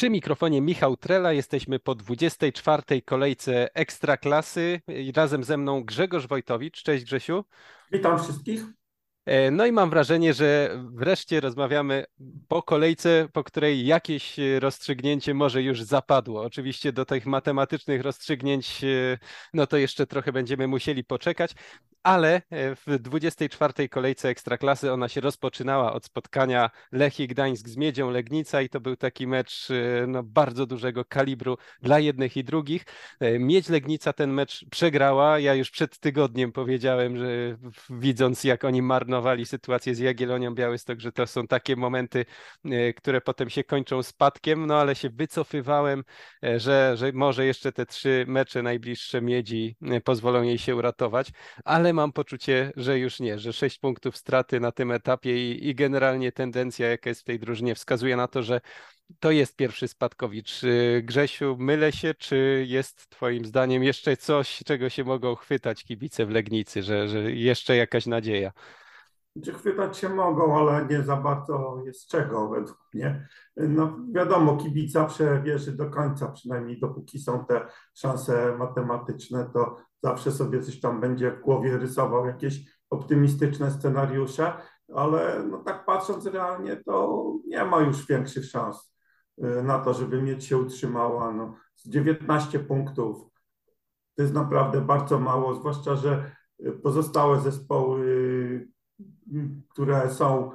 Przy mikrofonie Michał Trela, jesteśmy po 24. kolejce Ekstraklasy i razem ze mną Grzegorz Wojtowicz. Cześć Grzesiu. Witam wszystkich. No i mam wrażenie, że wreszcie rozmawiamy po kolejce, po której jakieś rozstrzygnięcie może już zapadło. Oczywiście do tych matematycznych rozstrzygnięć, no to jeszcze trochę będziemy musieli poczekać, ale w 24. kolejce Ekstraklasy ona się rozpoczynała od spotkania Lechii Gdańsk z Miedzią Legnica i to był taki mecz no, bardzo dużego kalibru dla jednych i drugich. Miedź Legnica ten mecz przegrała. Ja już przed tygodniem powiedziałem, że widząc jak oni marnowali sytuację z Jagiellonią Białystok, że to są takie momenty, które potem się kończą spadkiem, no ale się wycofywałem, że może jeszcze te 3 mecze najbliższe Miedzi pozwolą jej się uratować, ale mam poczucie, że już nie, że 6 punktów straty na tym etapie i generalnie tendencja, jaka jest w tej drużynie, wskazuje na to, że to jest pierwszy spadkowicz. Grzesiu, mylę się, czy jest twoim zdaniem jeszcze coś, czego się mogą chwytać kibice w Legnicy, że jeszcze jakaś nadzieja? Czy chwytać się mogą, ale nie za bardzo jest czego według mnie. No wiadomo, kibica wierzy do końca, przynajmniej dopóki są te szanse matematyczne, to zawsze sobie coś tam będzie w głowie rysował, jakieś optymistyczne scenariusze, ale no tak patrząc realnie, to nie ma już większych szans na to, żeby mieć się utrzymała. No, z 19 punktów to jest naprawdę bardzo mało, zwłaszcza, że pozostałe zespoły, które są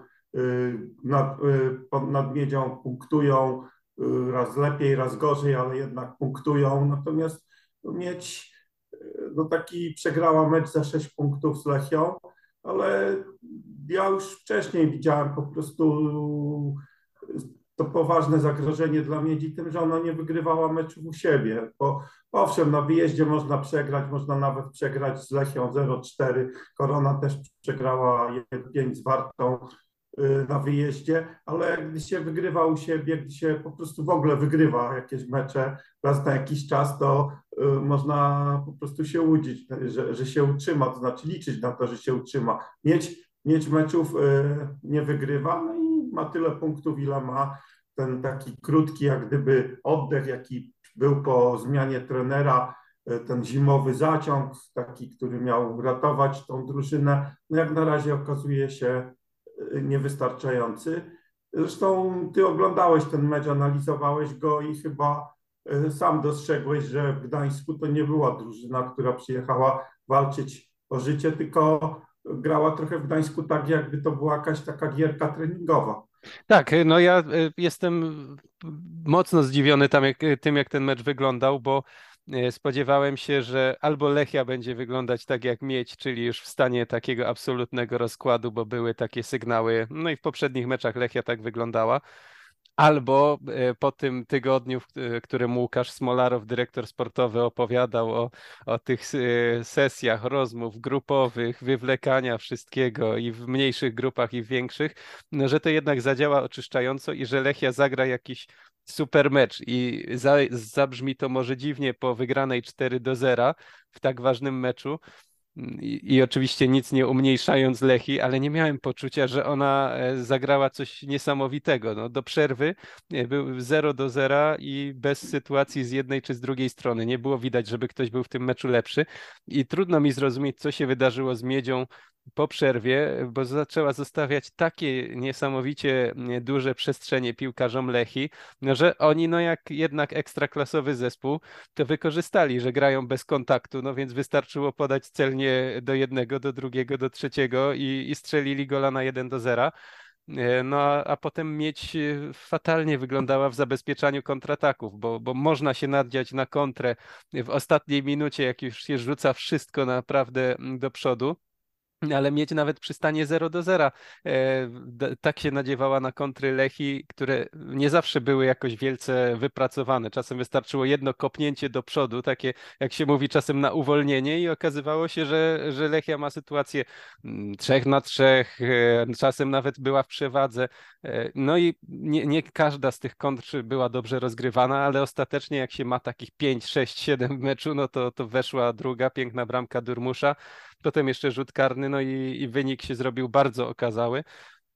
nad Miedzią, punktują raz lepiej, raz gorzej, ale jednak punktują. Natomiast Miedź no taki przegrała mecz za 6 punktów z Lechią, ale ja już wcześniej widziałem po prostu to poważne zagrożenie dla Miedzi tym, że ona nie wygrywała meczów u siebie. Bo owszem, na wyjeździe można przegrać, można nawet przegrać z Lechią 0-4. Korona też przegrała 1-5 z Wartą na wyjeździe, ale gdy się wygrywa u siebie, gdy się po prostu w ogóle wygrywa jakieś mecze raz na jakiś czas, to można po prostu się łudzić, że się utrzyma, to znaczy liczyć na to, że się utrzyma. Mieć meczów nie wygrywa, no i ma tyle punktów, ile ma. Ten taki krótki, jak gdyby oddech, jaki był po zmianie trenera, ten zimowy zaciąg, taki, który miał ratować tą drużynę, no jak na razie okazuje się niewystarczający. Zresztą ty oglądałeś ten mecz, analizowałeś go i chyba sam dostrzegłeś, że w Gdańsku to nie była drużyna, która przyjechała walczyć o życie, tylko grała trochę w Gdańsku tak, jakby to była jakaś taka gierka treningowa. Tak, no ja jestem mocno zdziwiony tym, jak ten mecz wyglądał, bo spodziewałem się, że albo Lechia będzie wyglądać tak jak Miedź, czyli już w stanie takiego absolutnego rozkładu, bo były takie sygnały, no i w poprzednich meczach Lechia tak wyglądała. Albo po tym tygodniu, w którym Łukasz Smolarow, dyrektor sportowy, opowiadał o tych sesjach rozmów grupowych, wywlekania wszystkiego i w mniejszych grupach, i w większych, no, że to jednak zadziała oczyszczająco i że Lechia zagra jakiś super mecz. I zabrzmi to może dziwnie po wygranej 4-0 w tak ważnym meczu, i oczywiście nic nie umniejszając Lechii, ale nie miałem poczucia, że ona zagrała coś niesamowitego. No, do przerwy był 0-0 i bez sytuacji z jednej czy z drugiej strony. Nie było widać, żeby ktoś był w tym meczu lepszy i trudno mi zrozumieć, co się wydarzyło z Miedzią po przerwie, bo zaczęła zostawiać takie niesamowicie duże przestrzenie piłkarzom Lechii, no, że oni, no jak jednak ekstraklasowy zespół, to wykorzystali, że grają bez kontaktu, no więc wystarczyło podać celnie do jednego, do drugiego, do trzeciego i strzelili gola na 1-0. No a potem Miedź fatalnie wyglądała w zabezpieczaniu kontrataków, bo można się naddziać na kontrę w ostatniej minucie, jak już się rzuca wszystko naprawdę do przodu. Ale mieć nawet przy stanie 0-0, tak się nadziewała na kontry Lechii, które nie zawsze były jakoś wielce wypracowane. Czasem wystarczyło jedno kopnięcie do przodu, takie jak się mówi czasem na uwolnienie i okazywało się, że Lechia ma sytuację 3-3, czasem nawet była w przewadze. No i nie każda z tych kontr była dobrze rozgrywana, ale ostatecznie jak się ma takich 5, 6, 7 w meczu, no to weszła druga piękna bramka Durmusza. Potem jeszcze rzut karny, no i wynik się zrobił bardzo okazały.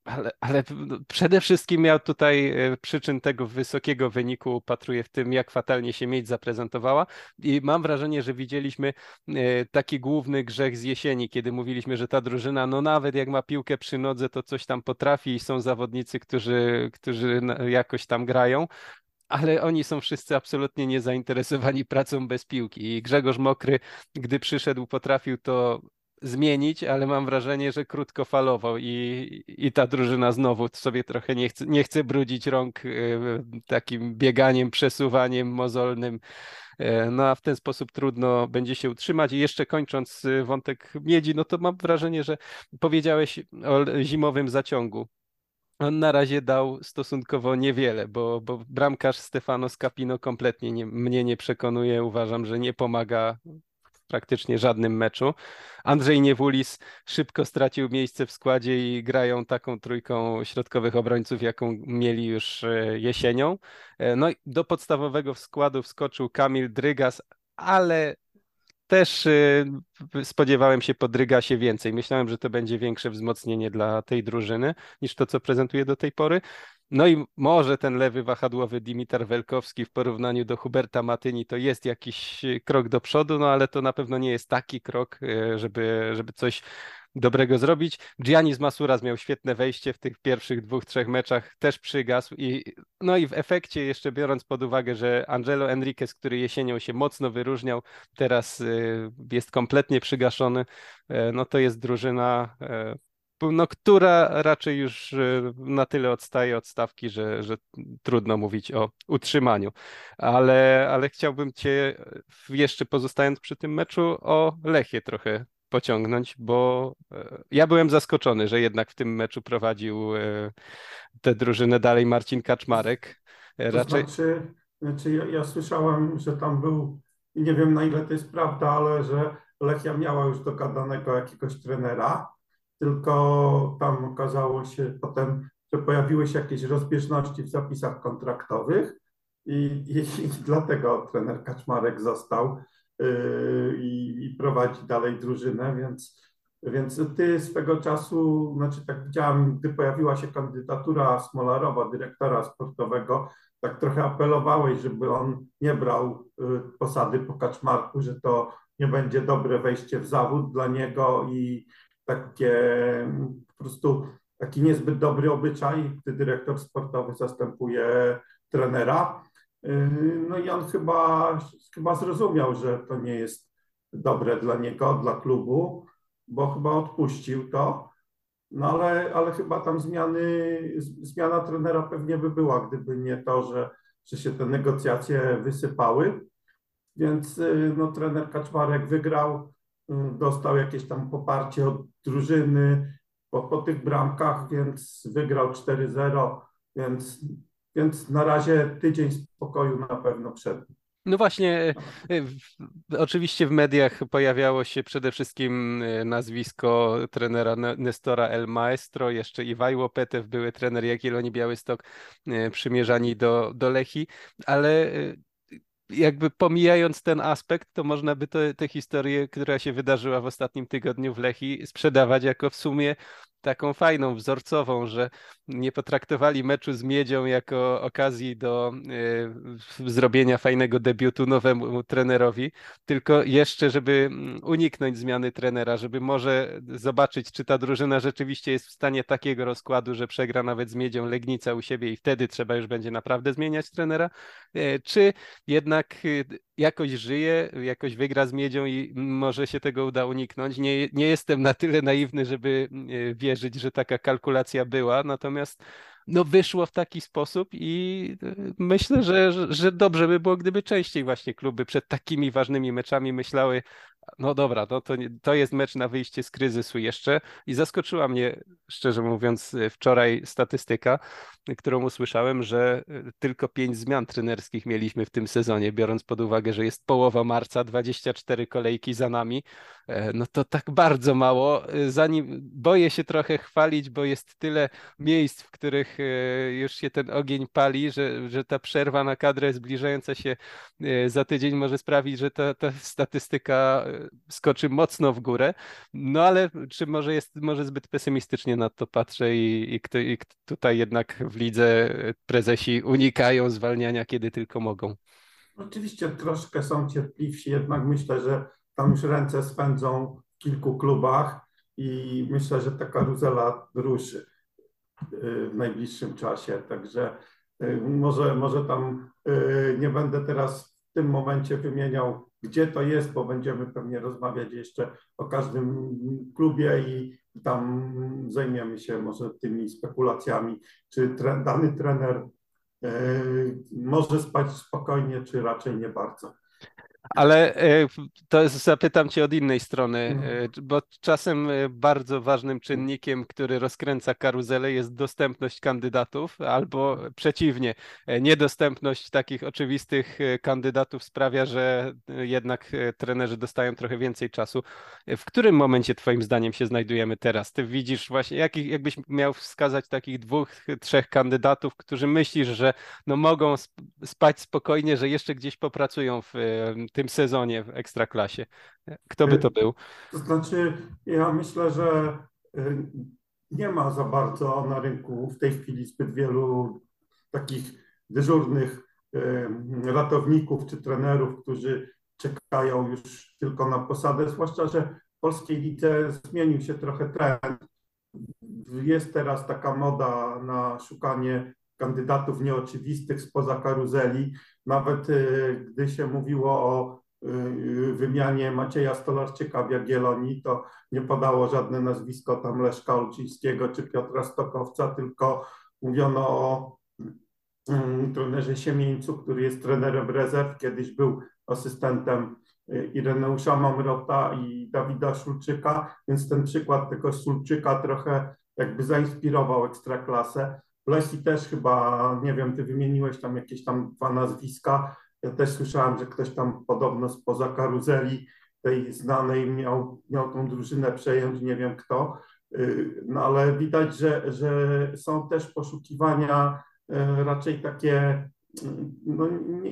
Ale no, przede wszystkim ja tutaj przyczyn tego wysokiego wyniku upatruję w tym, jak fatalnie się Miedź zaprezentowała i mam wrażenie, że widzieliśmy taki główny grzech z jesieni, kiedy mówiliśmy, że ta drużyna, no nawet jak ma piłkę przy nodze, to coś tam potrafi i są zawodnicy, którzy jakoś tam grają. Ale oni są wszyscy absolutnie niezainteresowani pracą bez piłki. I Grzegorz Mokry, gdy przyszedł, potrafił to zmienić, ale mam wrażenie, że krótkofalowo i ta drużyna znowu sobie trochę nie chce brudzić rąk takim bieganiem, przesuwaniem mozolnym. No a w ten sposób trudno będzie się utrzymać. I jeszcze kończąc wątek Miedzi, no to mam wrażenie, że powiedziałeś o zimowym zaciągu. On na razie dał stosunkowo niewiele, bo bramkarz Stefano Scapino kompletnie mnie nie przekonuje. Uważam, że nie pomaga w praktycznie żadnym meczu. Andrzej Niewulis szybko stracił miejsce w składzie i grają taką trójką środkowych obrońców, jaką mieli już jesienią. No i do podstawowego składu wskoczył Kamil Drygas, ale też spodziewałem się po Drygasie więcej. Myślałem, że to będzie większe wzmocnienie dla tej drużyny niż to, co prezentuje do tej pory. No i może ten lewy wahadłowy Dimitar Welkowski w porównaniu do Huberta Matyni to jest jakiś krok do przodu, no ale to na pewno nie jest taki krok, żeby coś dobrego zrobić. Giannis Masuras miał świetne wejście w tych pierwszych dwóch, trzech meczach, też przygasł no i w efekcie jeszcze biorąc pod uwagę, że Angelo Enriquez, który jesienią się mocno wyróżniał, teraz jest kompletnie przygaszony, no to jest drużyna, no, która raczej już na tyle odstaje od stawki, że trudno mówić o utrzymaniu. Ale chciałbym Cię jeszcze pozostając przy tym meczu o Lechię trochę pociągnąć, bo ja byłem zaskoczony, że jednak w tym meczu prowadził tę drużynę dalej Marcin Kaczmarek. To Raczej znaczy ja słyszałem, że tam był, i nie wiem na ile to jest prawda, ale że Lechia miała już dogadanego jakiegoś trenera, tylko tam okazało się potem, że pojawiły się jakieś rozbieżności w zapisach kontraktowych i dlatego trener Kaczmarek został i prowadzi dalej drużynę, więc ty swego czasu, znaczy tak widziałem, gdy pojawiła się kandydatura Smolarowa, dyrektora sportowego, tak trochę apelowałeś, żeby on nie brał posady po Kaczmarku, że to nie będzie dobre wejście w zawód dla niego i takie po prostu taki niezbyt dobry obyczaj, gdy dyrektor sportowy zastępuje trenera. No i on chyba zrozumiał, że to nie jest dobre dla niego, dla klubu, bo chyba odpuścił to. No ale chyba tam zmiana trenera pewnie by była, gdyby nie to, że się te negocjacje wysypały. Więc no, trener Kaczmarek wygrał, dostał jakieś tam poparcie od drużyny po tych bramkach, więc wygrał 4-0, więc na razie tydzień spokoju na pewno przed nim. no właśnie, oczywiście w mediach pojawiało się przede wszystkim nazwisko trenera Nestora El Maestro, jeszcze Iwaj Łopetew, były trener Jagiellonii Białystok, przymierzani do Lechii, ale jakby pomijając ten aspekt, to można by tę historię, która się wydarzyła w ostatnim tygodniu w Lechii, sprzedawać jako w sumie taką fajną, wzorcową, że nie potraktowali meczu z Miedzią jako okazji do zrobienia fajnego debiutu nowemu trenerowi, tylko jeszcze, żeby uniknąć zmiany trenera, żeby może zobaczyć, czy ta drużyna rzeczywiście jest w stanie takiego rozkładu, że przegra nawet z Miedzią Legnica u siebie i wtedy trzeba już będzie naprawdę zmieniać trenera, czy jednak jakoś żyje, jakoś wygra z Miedzią i może się tego uda uniknąć. Nie jestem na tyle naiwny, żeby wierzyć, że taka kalkulacja była, natomiast no wyszło w taki sposób i myślę, że dobrze by było, gdyby częściej właśnie kluby przed takimi ważnymi meczami myślały, no dobra, to jest mecz na wyjście z kryzysu jeszcze i zaskoczyła mnie, szczerze mówiąc, wczoraj statystyka, którą usłyszałem, że tylko 5 zmian trenerskich mieliśmy w tym sezonie, biorąc pod uwagę, że jest połowa marca, 24 kolejki za nami, no to tak bardzo mało. Zanim boję się trochę chwalić, bo jest tyle miejsc, w których już się ten ogień pali, że ta przerwa na kadrę zbliżająca się za tydzień może sprawić, że ta statystyka skoczy mocno w górę, no ale czy może zbyt pesymistycznie na to patrzę i tutaj jednak w lidze prezesi unikają zwalniania, kiedy tylko mogą. Oczywiście troszkę są cierpliwsi, jednak myślę, że tam już ręce swędzą w kilku klubach i myślę, że ta karuzela ruszy w najbliższym czasie. Także może tam nie będę teraz w tym momencie wymieniał, gdzie to jest, bo będziemy pewnie rozmawiać jeszcze o każdym klubie i tam zajmiemy się może tymi spekulacjami, czy dany trener może spać spokojnie, czy raczej nie bardzo. Ale to zapytam cię od innej strony, No. bo czasem bardzo ważnym czynnikiem, który rozkręca karuzelę, jest dostępność kandydatów, albo przeciwnie, niedostępność takich oczywistych kandydatów sprawia, że jednak trenerzy dostają trochę więcej czasu. W którym momencie twoim zdaniem się znajdujemy teraz? Ty widzisz właśnie, jakbyś miał wskazać takich 2, 3 kandydatów, którzy myślisz, że no mogą spać spokojnie, że jeszcze gdzieś popracują w tym sezonie w Ekstraklasie. Kto by to był? To znaczy, ja myślę, że nie ma za bardzo na rynku w tej chwili zbyt wielu takich dyżurnych ratowników czy trenerów, którzy czekają już tylko na posadę, zwłaszcza, że w polskiej lidze zmienił się trochę trend. Jest teraz taka moda na szukanie kandydatów nieoczywistych spoza karuzeli. Nawet gdy się mówiło o wymianie Macieja Stolarczyka w Jagiellonii, to nie podało żadne nazwisko tam Leszka Olczyńskiego czy Piotra Stokowca, tylko mówiono o trenerze Siemieńcu, który jest trenerem rezerw, kiedyś był asystentem Ireneusza Mamrota i Dawida Szulczyka, więc ten przykład tego Szulczyka trochę jakby zainspirował Ekstraklasę. W Lesi też chyba, nie wiem, ty wymieniłeś tam jakieś tam 2 nazwiska. Ja też słyszałem, że ktoś tam podobno spoza karuzeli tej znanej miał tą drużynę przejąć, nie wiem kto. No ale widać, że są też poszukiwania raczej takie, no,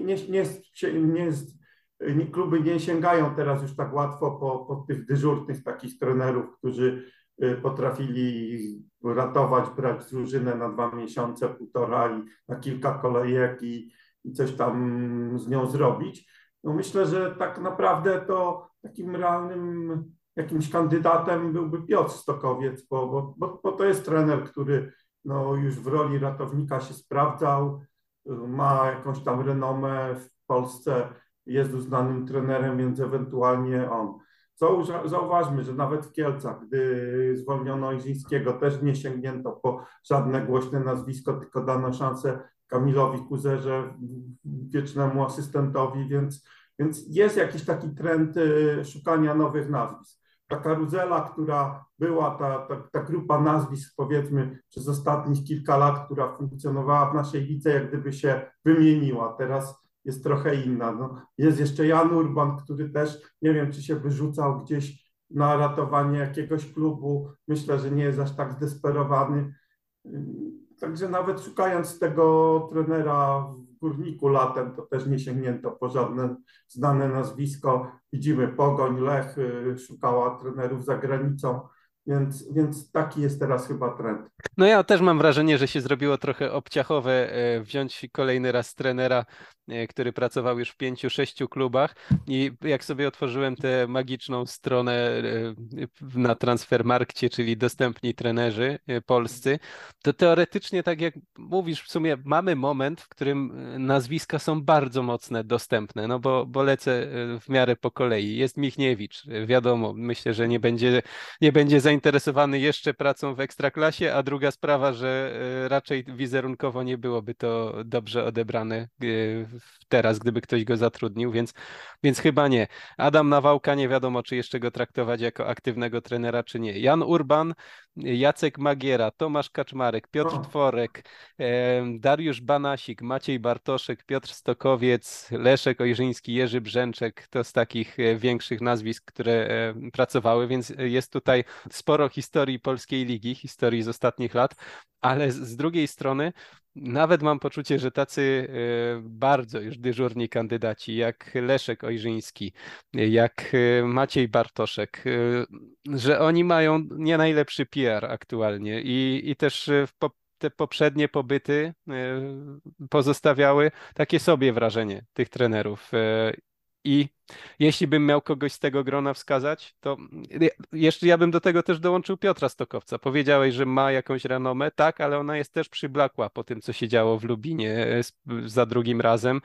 kluby nie sięgają teraz już tak łatwo po tych dyżurnych takich trenerów, którzy potrafili ratować, brać drużynę na 2 miesiące, półtora i na kilka kolejek i coś tam z nią zrobić. No myślę, że tak naprawdę to takim realnym jakimś kandydatem byłby Piotr Stokowiec, bo to jest trener, który no, już w roli ratownika się sprawdzał, ma jakąś tam renomę w Polsce, jest uznanym trenerem, więc ewentualnie on. Zauważmy, że nawet w Kielcach, gdy zwolniono Ojrzyńskiego, też nie sięgnięto po żadne głośne nazwisko, tylko dano szansę Kamilowi Kuzerze, wiecznemu asystentowi, więc jest jakiś taki trend szukania nowych nazwisk. Ta karuzela, która była, ta grupa nazwisk, powiedzmy, przez ostatnich kilka lat, która funkcjonowała w naszej lidze, jak gdyby się wymieniła. Teraz jest trochę inna. No, jest jeszcze Jan Urban, który też, nie wiem, czy się wyrzucał gdzieś na ratowanie jakiegoś klubu. Myślę, że nie jest aż tak zdesperowany. Także nawet szukając tego trenera w Górniku latem, to też nie sięgnięto po żadne znane nazwisko. Widzimy Pogoń, Lech szukała trenerów za granicą, więc taki jest teraz chyba trend. No ja też mam wrażenie, że się zrobiło trochę obciachowe wziąć kolejny raz trenera, który pracował już w 5, 6 klubach i jak sobie otworzyłem tę magiczną stronę na Transfermarkcie, czyli dostępni trenerzy polscy, to teoretycznie, tak jak mówisz, w sumie mamy moment, w którym nazwiska są bardzo mocne, dostępne, no bo lecę w miarę po kolei. Jest Michniewicz, wiadomo, myślę, że nie będzie zainteresowany jeszcze pracą w Ekstraklasie, a druga sprawa, że raczej wizerunkowo nie byłoby to dobrze odebrane teraz, gdyby ktoś go zatrudnił, więc chyba nie. Adam Nawałka, nie wiadomo, czy jeszcze go traktować jako aktywnego trenera, czy nie. Jan Urban, Jacek Magiera, Tomasz Kaczmarek, Piotr No, Tworek, Dariusz Banasik, Maciej Bartoszek, Piotr Stokowiec, Leszek Ojrzyński, Jerzy Brzęczek, to z takich większych nazwisk, które pracowały, więc jest tutaj sporo historii polskiej ligi, historii z ostatnich lat, ale z drugiej strony nawet mam poczucie, że tacy bardzo już dyżurni kandydaci, jak Leszek Ojrzyński, jak Maciej Bartoszek, że oni mają nie najlepszy PR aktualnie i też te poprzednie pobyty pozostawiały takie sobie wrażenie tych trenerów. I jeśli bym miał kogoś z tego grona wskazać, to jeszcze ja bym do tego też dołączył Piotra Stokowca. Powiedziałeś, że ma jakąś renomę, tak, ale ona jest też przyblakła po tym, co się działo w Lubinie za drugim razem.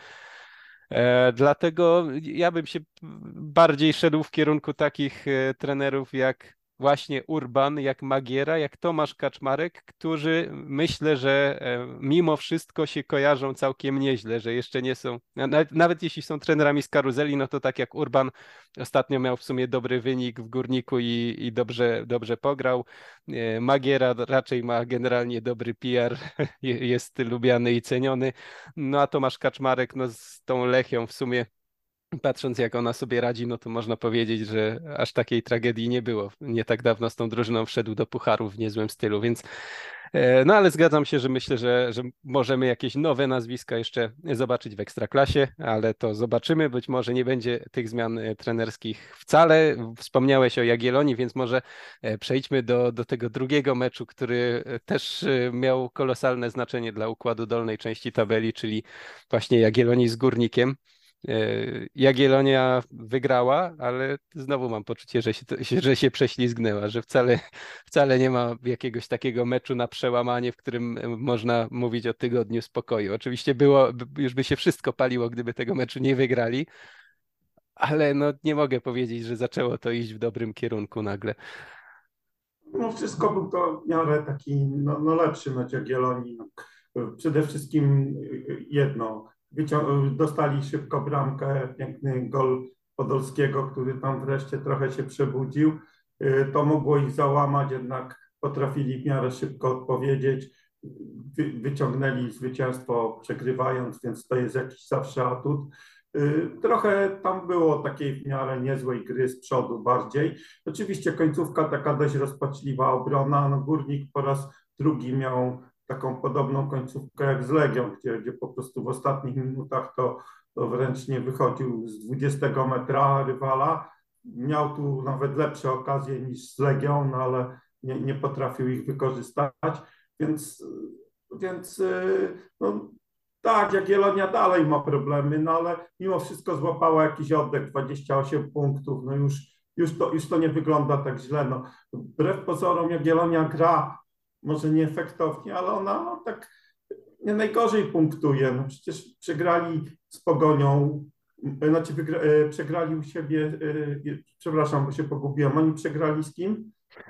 Dlatego ja bym się bardziej szedł w kierunku takich trenerów jak właśnie Urban, jak Magiera, jak Tomasz Kaczmarek, którzy myślę, że mimo wszystko się kojarzą całkiem nieźle, że jeszcze nie są, nawet jeśli są trenerami z karuzeli, no to tak jak Urban ostatnio miał w sumie dobry wynik w Górniku i dobrze pograł. Magiera raczej ma generalnie dobry PR, jest lubiany i ceniony. No a Tomasz Kaczmarek, no z tą Lechią w sumie, patrząc jak ona sobie radzi, no to można powiedzieć, że aż takiej tragedii nie było. Nie tak dawno z tą drużyną wszedł do pucharu w niezłym stylu, więc no ale zgadzam się, że myślę, że możemy jakieś nowe nazwiska jeszcze zobaczyć w Ekstraklasie, ale to zobaczymy. Być może nie będzie tych zmian trenerskich wcale. Wspomniałeś o Jagiellonii, więc może przejdźmy do tego drugiego meczu, który też miał kolosalne znaczenie dla układu dolnej części tabeli, czyli właśnie Jagiellonii z Górnikiem. Jagiellonia wygrała, ale znowu mam poczucie, że się prześlizgnęła, że wcale nie ma jakiegoś takiego meczu na przełamanie, w którym można mówić o tygodniu spokoju. Oczywiście już by się wszystko paliło, gdyby tego meczu nie wygrali, ale no nie mogę powiedzieć, że zaczęło to iść w dobrym kierunku nagle. No wszystko był to w miarę taki no lepszy mecz Jagiellonii. No, przede wszystkim jedno, dostali szybko bramkę, piękny gol Podolskiego, który tam wreszcie trochę się przebudził. To mogło ich załamać, jednak potrafili w miarę szybko odpowiedzieć. Wyciągnęli zwycięstwo przegrywając, więc to jest jakiś zawsze atut. Trochę tam było takiej w miarę niezłej gry z przodu bardziej. Oczywiście końcówka taka dość rozpaczliwa obrona. No Górnik po raz drugi miał taką podobną końcówkę jak z Legią, gdzie po prostu w ostatnich minutach to wręcz nie wychodził z 20 metra rywala. Miał tu nawet lepsze okazje niż z Legią, no ale nie potrafił ich wykorzystać, więc no, tak, Jagiellonia dalej ma problemy, no ale mimo wszystko złapała jakiś oddech, 28 punktów, no już to nie wygląda tak źle. No, wbrew pozorom Jagiellonia gra może nieefektownie, ale ona tak nie najgorzej punktuje. No przecież przegrali z Pogonią, znaczy przegrali u siebie, przepraszam, bo się pogubiłem, oni przegrali z kim?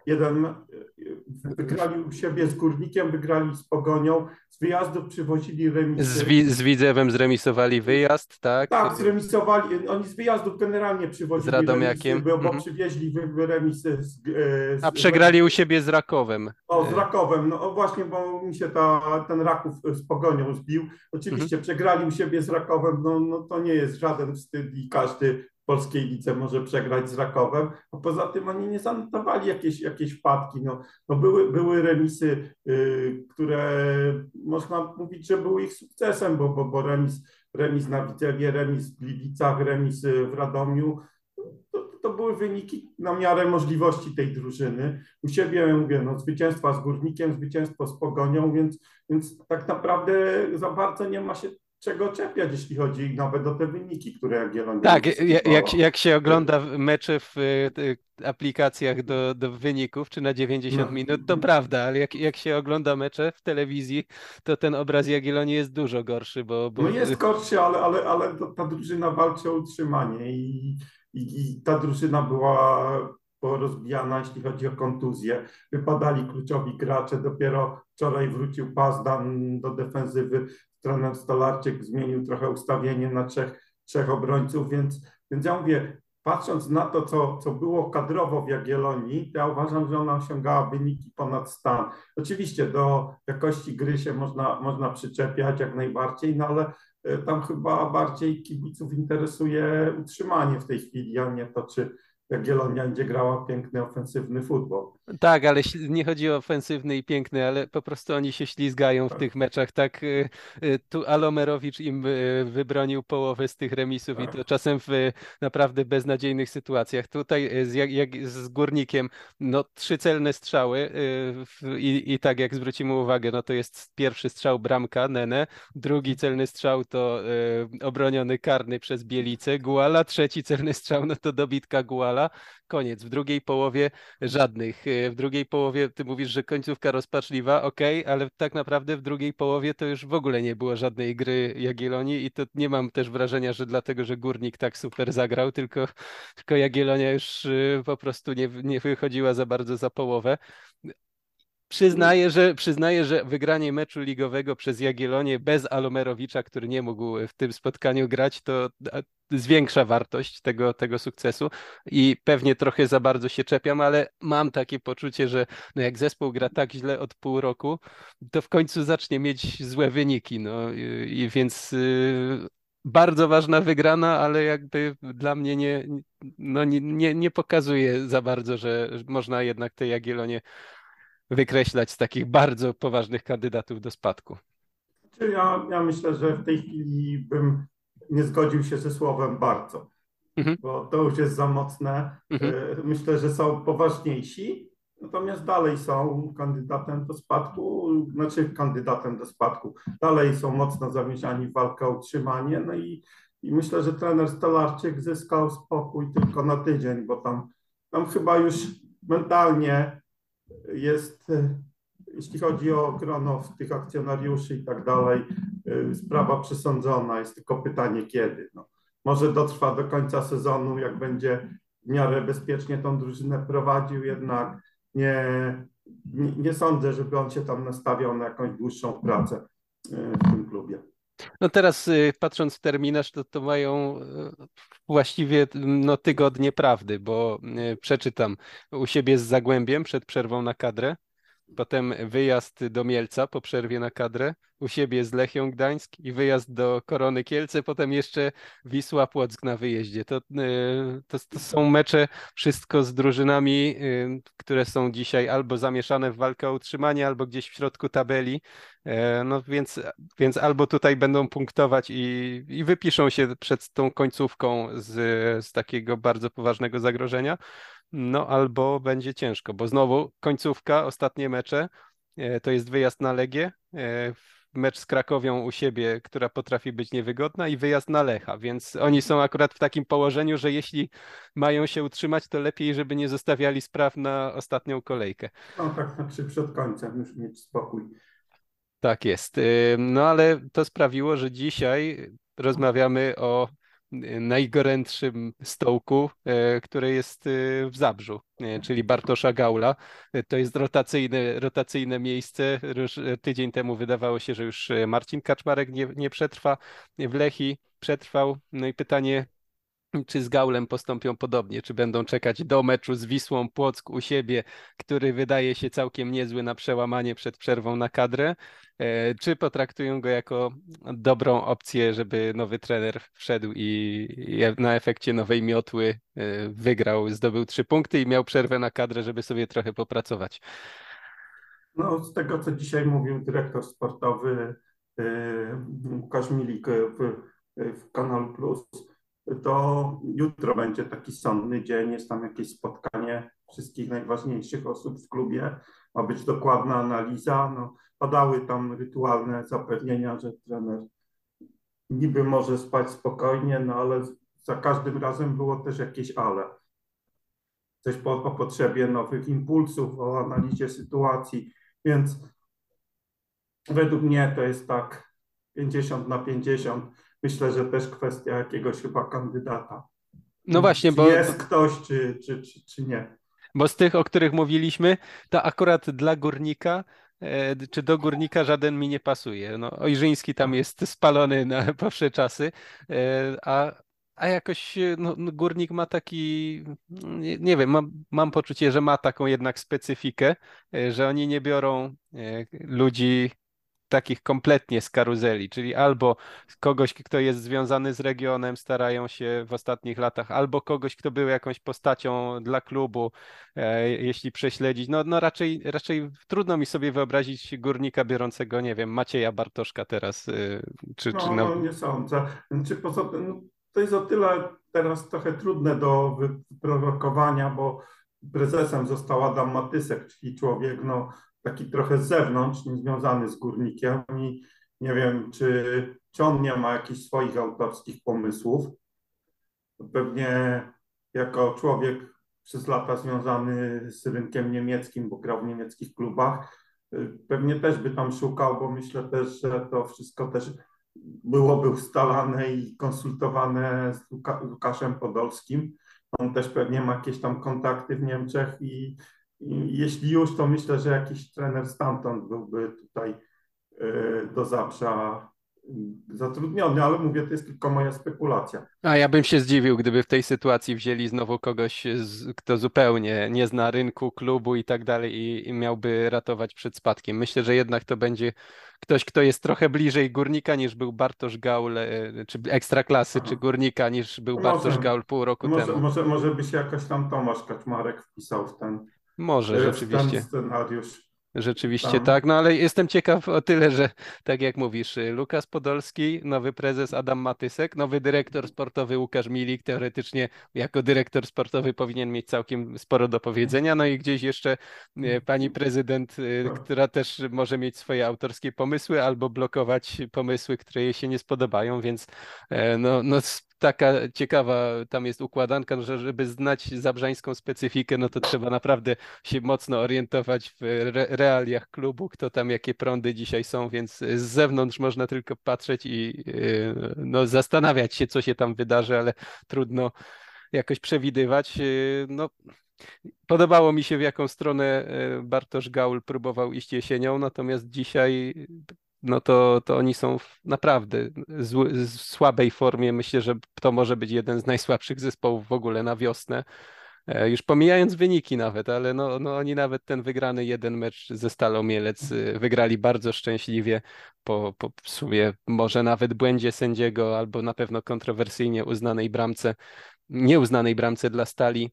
Wygrali u siebie z Górnikiem, wygrali z Pogonią, z wyjazdów przywozili remisy. Z Widzewem zremisowali wyjazd, tak? Tak, zremisowali, oni z wyjazdów generalnie Z przywozili remisy, Radomiakiem. bo przywieźli remisy A przegrali u siebie z Rakowem. z Rakowem, no właśnie, bo mi się ten Raków z Pogonią zbił. Oczywiście przegrali u siebie z Rakowem, no to nie jest żaden wstyd i każdy w polskiej lidze może przegrać z Rakowem, a poza tym oni nie zanotowali jakieś wpadki. No były remisy, które można mówić, że były ich sukcesem, bo remis na Widzewie, remis w Gliwicach, remis w Radomiu, to były wyniki na miarę możliwości tej drużyny. U siebie, mówię, no, zwycięstwa z Górnikiem, zwycięstwo z Pogonią, więc tak naprawdę za bardzo nie ma się czego czepiać, jeśli chodzi nawet o te wyniki, które Jagiellonia Tak, uzyskiwała. jak się ogląda mecze w aplikacjach do wyników, czy na 90 No, minut, to prawda, ale jak się ogląda mecze w telewizji, to ten obraz Jagiellonii jest dużo gorszy, no jest gorszy, ale ta drużyna walczy o utrzymanie i ta drużyna była porozbijana, jeśli chodzi o kontuzję. Wypadali kluczowi gracze, dopiero wczoraj wrócił Pazdan do defensywy, trener Stolarczyk zmienił trochę ustawienie na trzech obrońców, więc ja mówię, patrząc na to, co było kadrowo w Jagiellonii, to ja uważam, że ona osiągała wyniki ponad stan. Oczywiście do jakości gry się można przyczepiać jak najbardziej, no ale tam chyba bardziej kibiców interesuje utrzymanie w tej chwili, a nie to, Jagiellonia będzie grała piękny, ofensywny futbol. Tak, ale nie chodzi o ofensywny i piękny, ale po prostu oni się ślizgają w Tak, tych meczach. Tak, tu Alomerowicz im wybronił połowę z tych remisów i to tak. czasem w naprawdę beznadziejnych sytuacjach. Tutaj z Górnikiem, no 3 celne strzały i tak jak zwrócimy uwagę, no to jest pierwszy strzał bramka, Nene, drugi celny strzał to obroniony karny przez Bielicę, Guala, trzeci celny strzał no to dobitka Guala. Koniec. W drugiej połowie żadnych. W drugiej połowie ty mówisz, że końcówka rozpaczliwa, okej, ale tak naprawdę w drugiej połowie to już w ogóle nie było żadnej gry Jagiellonii i to nie mam też wrażenia, że dlatego, że Górnik tak super zagrał, tylko Jagiellonia już po prostu nie wychodziła za bardzo za połowę. Przyznaję, że wygranie meczu ligowego przez Jagiellonię bez Alomerowicza, który nie mógł w tym spotkaniu grać, to zwiększa wartość tego sukcesu i pewnie trochę za bardzo się czepiam, ale mam takie poczucie, że no jak zespół gra tak źle od pół roku, to w końcu zacznie mieć złe wyniki. No i więc bardzo ważna wygrana, ale jakby dla mnie nie pokazuje za bardzo, że można jednak tej Jagiellonię wykreślać z takich bardzo poważnych kandydatów do spadku. Czy ja myślę, że w tej chwili bym nie zgodził się ze słowem bardzo, Mhm, bo to już jest za mocne. mhm. Myślę, że są poważniejsi, natomiast dalej są kandydatem do spadku, znaczy kandydatem do spadku. Dalej są mocno zamieszani w walkę o utrzymanie. No i myślę, że trener Stolarczyk zyskał spokój tylko na tydzień, bo tam chyba już mentalnie jest, jeśli chodzi o grono tych akcjonariuszy i tak dalej, sprawa przesądzona. Jest tylko pytanie kiedy. No, może dotrwa do końca sezonu, jak będzie w miarę bezpiecznie tą drużynę prowadził, jednak nie sądzę, żeby on się tam nastawiał na jakąś dłuższą pracę w tym klubie. No teraz patrząc w terminarz, to mają właściwie no, tygodnie prawdy, bo przeczytam u siebie z Zagłębiem przed przerwą na kadrę. Potem wyjazd do Mielca po przerwie na kadrę, u siebie z Lechią Gdańsk i wyjazd do Korony Kielce, potem jeszcze Wisła Płock na wyjeździe. To są mecze wszystko z drużynami, które są dzisiaj albo zamieszane w walkę o utrzymanie, albo gdzieś w środku tabeli. No więc albo tutaj będą punktować i wypiszą się przed tą końcówką z takiego bardzo poważnego zagrożenia. No albo będzie ciężko, bo znowu końcówka, ostatnie mecze, to jest wyjazd na Legię, mecz z Krakowią u siebie, która potrafi być niewygodna i wyjazd na Lecha, więc oni są akurat w takim położeniu, że jeśli mają się utrzymać, to lepiej, żeby nie zostawiali spraw na ostatnią kolejkę. No tak, znaczy przed końcem już mieć spokój. Tak jest. No ale to sprawiło, że dzisiaj rozmawiamy o najgorętszym stołku, który jest w Zabrzu, czyli Bartosza Gaula. To jest rotacyjne miejsce. Już tydzień temu wydawało się, że już Marcin Kaczmarek nie przetrwa w Lechii, przetrwał. No i pytanie, czy z Gaulem postąpią podobnie? Czy będą czekać do meczu z Wisłą Płock u siebie, który wydaje się całkiem niezły na przełamanie przed przerwą na kadrę? Czy potraktują go jako dobrą opcję, żeby nowy trener wszedł i na efekcie nowej miotły wygrał, zdobył 3 punkty i miał przerwę na kadrę, żeby sobie trochę popracować? No, z tego, co dzisiaj mówił dyrektor sportowy Łukasz Milik w Kanal Plus, to jutro będzie taki sądny dzień, jest tam jakieś spotkanie wszystkich najważniejszych osób w klubie, ma być dokładna analiza. No, padały tam rytualne zapewnienia, że trener niby może spać spokojnie, no ale za każdym razem było też jakieś ale. Coś o potrzebie nowych impulsów, o analizie sytuacji, więc według mnie to jest tak 50/50. Myślę, że też kwestia jakiegoś chyba kandydata. No właśnie, Czy jest ktoś, czy nie. bo z tych, o których mówiliśmy, to akurat dla Górnika, czy do Górnika żaden mi nie pasuje. No, Ojrzyński tam Tak. jest spalony na powsze czasy, a jakoś no, Górnik ma taki, nie wiem, mam poczucie, że ma taką jednak specyfikę, że oni nie biorą ludzi takich kompletnie z karuzeli, czyli albo kogoś, kto jest związany z regionem, starają się w ostatnich latach, albo kogoś, kto był jakąś postacią dla klubu, jeśli prześledzić. No raczej trudno mi sobie wyobrazić górnika biorącego, nie wiem, Macieja Bartoszka teraz, czy No, no, no nie sądzę. Znaczy, poza tym, no, to jest o tyle teraz trochę trudne do wyprorokowania, bo prezesem został Adam Matysek, czyli człowiek no, taki trochę z zewnątrz, niezwiązany z górnikiem i nie wiem, czy on nie ma jakichś swoich autorskich pomysłów. Pewnie jako człowiek przez lata związany z rynkiem niemieckim, bo grał w niemieckich klubach, pewnie też by tam szukał, bo myślę też, że to wszystko też byłoby ustalane i konsultowane z Łukaszem Podolskim. On też pewnie ma jakieś tam kontakty w Niemczech i jeśli już, to myślę, że jakiś trener stamtąd byłby tutaj do Zabrza zatrudniony, ale mówię, to jest tylko moja spekulacja. a ja bym się zdziwił, gdyby w tej sytuacji wzięli znowu kogoś, kto zupełnie nie zna rynku, klubu i tak dalej i miałby ratować przed spadkiem. Myślę, że jednak to będzie ktoś, kto jest trochę bliżej Górnika niż był Bartosz Gaul, czy Ekstraklasy, czy Aha. Górnika niż był No Bartosz może, Gaul pół roku może, temu. może, może by się jakoś tam Tomasz Kaczmarek wpisał Może w ten rzeczywiście. scenariusz Rzeczywiście tam. tak, no ale jestem ciekaw o tyle, że tak jak mówisz, Lukas Podolski, nowy prezes Adam Matysek, nowy dyrektor sportowy Łukasz Milik, teoretycznie jako dyrektor sportowy powinien mieć całkiem sporo do powiedzenia, no i gdzieś jeszcze pani prezydent, która też może mieć swoje autorskie pomysły albo blokować pomysły, które jej się nie spodobają, więc taka ciekawa tam jest układanka, że żeby znać zabrzańską specyfikę, no to trzeba naprawdę się mocno orientować w realiach klubu, kto tam, jakie prądy dzisiaj są, więc z zewnątrz można tylko patrzeć i no, zastanawiać się, co się tam wydarzy, ale trudno jakoś przewidywać. No, podobało mi się, w jaką stronę Bartosz Gaul próbował iść jesienią, natomiast dzisiaj no to oni są w naprawdę słabej formie. Myślę, że to może być jeden z najsłabszych zespołów w ogóle na wiosnę. Już pomijając wyniki nawet, ale no oni nawet ten wygrany jeden mecz ze Stalą Mielec wygrali bardzo szczęśliwie po w sumie może nawet błędzie sędziego albo na pewno kontrowersyjnie uznanej bramce, nieuznanej bramce dla Stali.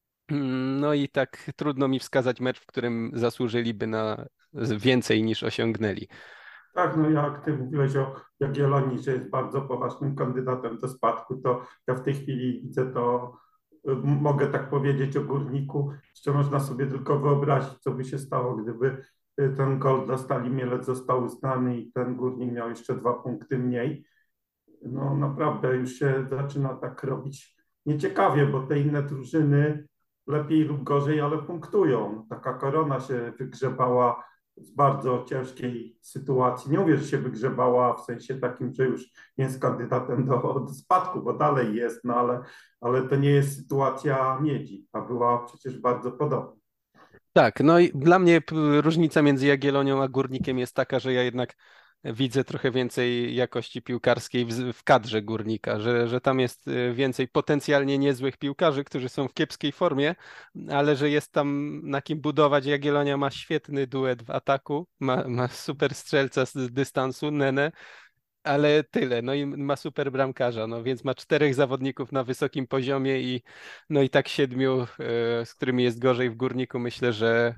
No i tak trudno mi wskazać mecz, w którym zasłużyliby na więcej niż osiągnęli. Tak, no jak ty mówiłeś o Jagiellonii, że jest bardzo poważnym kandydatem do spadku, to ja w tej chwili widzę to, mogę tak powiedzieć o Górniku, jeszcze można sobie tylko wyobrazić, co by się stało, gdyby ten gol dla Stali Mielec został uznany i ten Górnik miał jeszcze 2 punkty mniej. No naprawdę już się zaczyna tak robić nieciekawie, bo te inne drużyny lepiej lub gorzej, ale punktują. Taka Korona się wygrzebała z bardzo ciężkiej sytuacji. Nie mówię, że się wygrzebała w sensie takim, że już nie jest kandydatem do spadku, bo dalej jest, no ale to nie jest sytuacja Miedzi, a była przecież bardzo podobna. Tak, no i dla mnie różnica między Jagiellonią a Górnikiem jest taka, że ja jednak widzę trochę więcej jakości piłkarskiej w kadrze Górnika, że tam jest więcej potencjalnie niezłych piłkarzy, którzy są w kiepskiej formie, ale że jest tam na kim budować. Jagiellonia ma świetny duet w ataku, ma super strzelca z dystansu, Nene, ale tyle. No i ma super bramkarza, no więc ma 4 zawodników na wysokim poziomie i no i tak 7, z którymi jest gorzej w Górniku. Myślę, że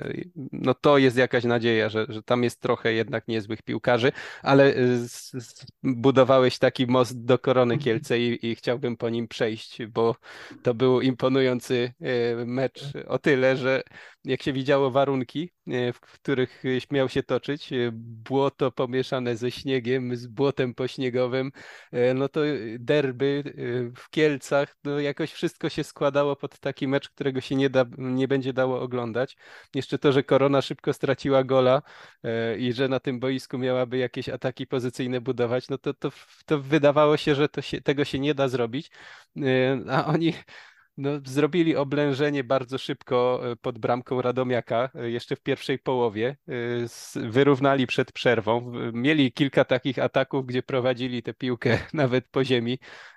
no to jest jakaś nadzieja, że tam jest trochę jednak niezłych piłkarzy, ale budowałeś taki most do Korony Kielce i chciałbym po nim przejść, bo to był imponujący mecz o tyle, że jak się widziało warunki, w których miał się toczyć, błoto pomieszane ze śniegiem, z błotem pośniegowym, no to derby w Kielcach, no jakoś wszystko się składało pod taki mecz, którego się nie będzie dało oglądać. Jeszcze to, że Korona szybko straciła gola i że na tym boisku miałaby jakieś ataki pozycyjne budować, no to wydawało się, że tego się nie da zrobić, a oni no, zrobili oblężenie bardzo szybko pod bramką Radomiaka, jeszcze w pierwszej połowie. Wyrównali przed przerwą. Mieli kilka takich ataków, gdzie prowadzili tę piłkę nawet po ziemi.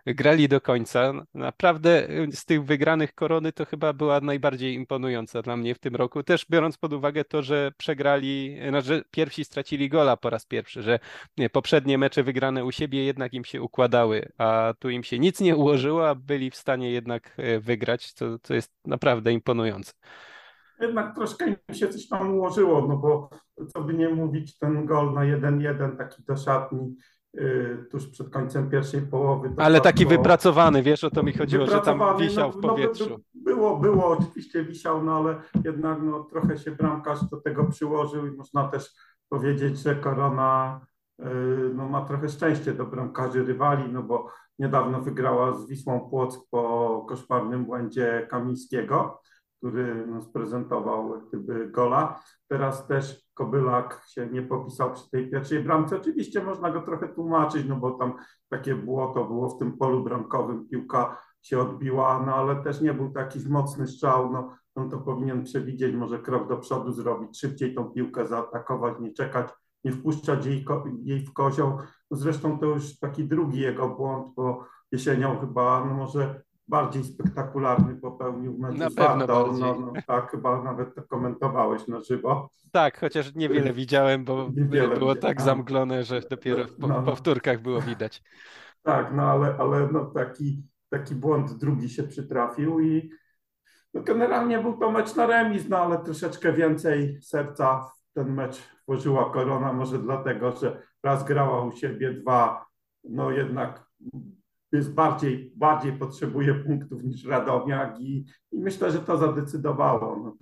grali do końca. Naprawdę z tych wygranych Korony to chyba była najbardziej imponująca dla mnie w tym roku. Też biorąc pod uwagę to, że przegrali, że pierwsi stracili gola po raz pierwszy, że poprzednie mecze wygrane u siebie jednak im się układały, a tu im się nic nie ułożyło, a byli w stanie jednak wygrać, co jest naprawdę imponujące. Jednak troszkę im się coś tam ułożyło, no bo co by nie mówić, ten gol na 1-1, taki do szatni tuż przed końcem pierwszej połowy, to Ale taki łatwo wypracowany, wiesz, o to mi chodziło, że tam wypracowany, wisiał w powietrzu. było oczywiście wisiał, no ale jednak no, trochę się bramkarz do tego przyłożył i można też powiedzieć, że Korona no, ma trochę szczęście do bramkarzy rywali, no bo niedawno wygrała z Wisłą Płock po koszmarnym błędzie Kamińskiego, który no, sprezentował jak gdyby gola. Teraz też Kobylak się nie popisał przy tej pierwszej bramce. Oczywiście można go trochę tłumaczyć, no bo tam takie błoto było w tym polu bramkowym, piłka się odbiła, no ale też nie był taki mocny strzał, no on to powinien przewidzieć, może krok do przodu zrobić, szybciej tą piłkę zaatakować, nie czekać, nie wpuszczać jej w kozioł. No zresztą to już taki drugi jego błąd, bo jesienią chyba, no może bardziej spektakularny popełnił w meczu Na z pewno Wartą, bardziej. no tak, chyba nawet to komentowałeś na żywo. Tak, chociaż niewiele widziałem, bo Niewiele było widziałem. tak zamglone, że dopiero w No, no. powtórkach było widać. Tak, no ale no taki błąd drugi się przytrafił i no generalnie był to mecz na remis, no ale troszeczkę więcej serca w ten mecz włożyła Korona, może dlatego, że raz grała u siebie, dwa, no jednak jest bardziej potrzebuje punktów niż Radomiak i myślę, że to zadecydowało, no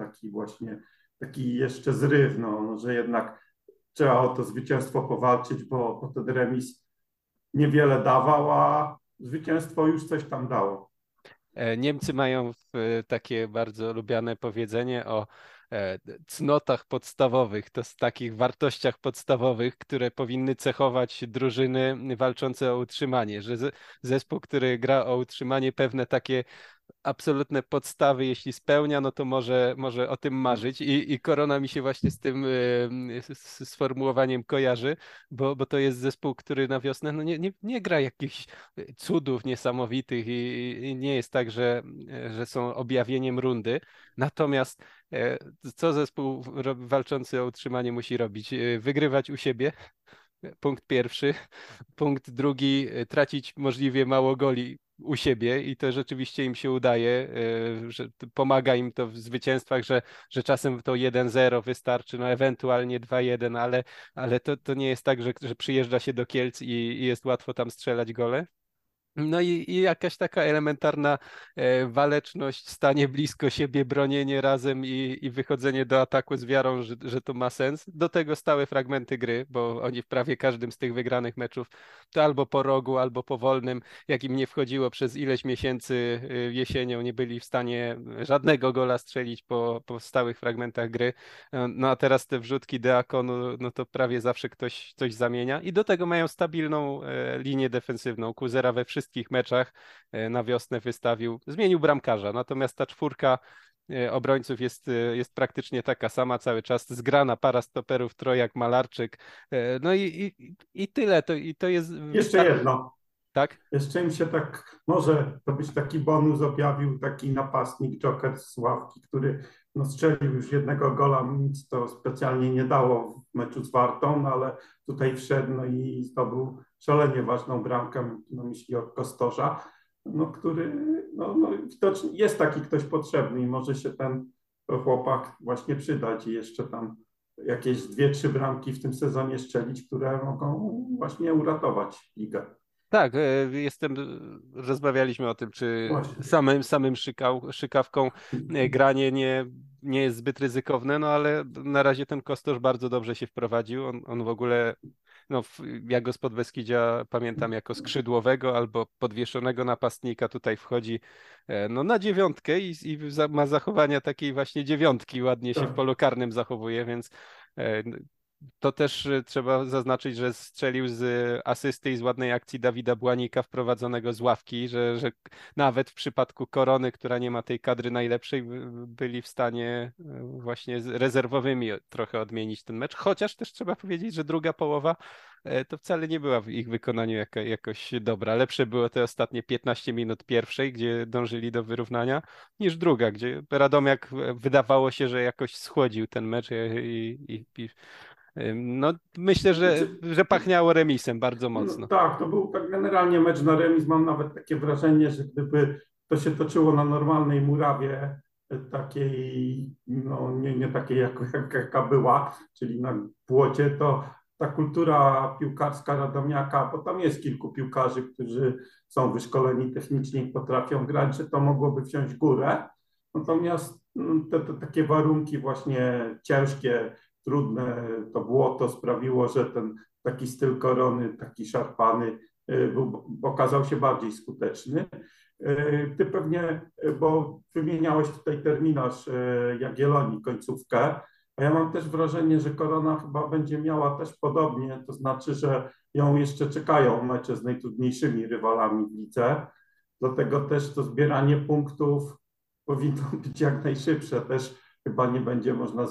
taki jeszcze zryw, no, że jednak trzeba o to zwycięstwo powalczyć, bo ten remis niewiele dawał, a zwycięstwo już coś tam dało. Niemcy mają takie bardzo lubiane powiedzenie o cnotach podstawowych, to z takich wartościach podstawowych, które powinny cechować drużyny walczące o utrzymanie, że zespół, który gra o utrzymanie, pewne takie absolutne podstawy, jeśli spełnia, no to może o tym marzyć i Korona mi się właśnie z tym sformułowaniem kojarzy, bo to jest zespół, który na wiosnę no nie gra jakichś cudów niesamowitych i nie jest tak, że są objawieniem rundy. Natomiast co zespół walczący o utrzymanie musi robić? Wygrywać u siebie, punkt pierwszy. Punkt drugi, tracić możliwie mało goli u siebie i to rzeczywiście im się udaje, że pomaga im to w zwycięstwach, że czasem to 1-0 wystarczy, no ewentualnie 2-1, ale to nie jest tak, że przyjeżdża się do Kielc i jest łatwo tam strzelać gole. No i jakaś taka elementarna waleczność, stanie blisko siebie, bronienie razem i wychodzenie do ataku z wiarą, że to ma sens. Do tego stałe fragmenty gry, bo oni w prawie każdym z tych wygranych meczów to albo po rogu, albo po wolnym, jak im nie wchodziło przez ileś miesięcy jesienią, nie byli w stanie żadnego gola strzelić po stałych fragmentach gry. No a teraz te wrzutki Deakonu, no to prawie zawsze ktoś coś zamienia i do tego mają stabilną linię defensywną. Kuzera we wszystkich meczach na wiosnę wystawił, zmienił bramkarza, natomiast ta czwórka obrońców jest praktycznie taka sama cały czas, zgrana para stoperów, Trojak, Malarczyk, no i tyle, to jest Jeszcze wystarczy, jedno. tak? Jeszcze im się tak, może to być taki bonus objawił taki napastnik Joker z ławki, który no, strzelił już jednego gola, nic to specjalnie nie dało w meczu z Wartą, no, ale tutaj wszedł no, i zdobył szalenie ważną bramkę, no, myśli od Kostorza, no, który no, widocznie jest taki ktoś potrzebny i może się ten chłopak właśnie przydać i jeszcze tam jakieś 2-3 bramki w tym sezonie strzelić, które mogą właśnie uratować ligę. Tak, rozmawialiśmy o tym, czy Właśnie. samym szykawką granie nie jest zbyt ryzykowne, no ale na razie ten Kostosz bardzo dobrze się wprowadził. On w ogóle, no ja go z Podbeskidzia pamiętam jako skrzydłowego albo podwieszonego napastnika, tutaj wchodzi no na dziewiątkę ma zachowania takiej właśnie dziewiątki, ładnie się w Tak. polu karnym zachowuje, więc to też trzeba zaznaczyć, że strzelił z asysty i z ładnej akcji Dawida Błanika wprowadzonego z ławki, że nawet w przypadku Korony, która nie ma tej kadry najlepszej, byli w stanie właśnie z rezerwowymi trochę odmienić ten mecz. Chociaż też trzeba powiedzieć, że druga połowa to wcale nie była w ich wykonaniu jakoś dobra. Lepsze było te ostatnie 15 minut pierwszej, gdzie dążyli do wyrównania, niż druga, gdzie Radomiak wydawało się, że jakoś schłodził ten mecz i no myślę, Znaczy, że pachniało remisem bardzo no, mocno. tak, to był tak generalnie mecz na remis. Mam nawet takie wrażenie, że gdyby to się toczyło na normalnej murawie, takiej, no nie takiej jaka była, czyli na płocie, to ta kultura piłkarska Radomiaka, bo tam jest kilku piłkarzy, którzy są wyszkoleni technicznie i potrafią grać, że to mogłoby wziąć górę. Natomiast te takie warunki właśnie ciężkie, trudne, to błoto sprawiło, że ten taki styl Korony, taki szarpany, okazał się bardziej skuteczny. Ty pewnie, bo wymieniałeś tutaj terminarz Jagiellonii, końcówkę, a ja mam też wrażenie, że Korona chyba będzie miała też podobnie, to znaczy, że ją jeszcze czekają mecze z najtrudniejszymi rywalami w lidze, dlatego też to zbieranie punktów powinno być jak najszybsze. Też chyba nie będzie można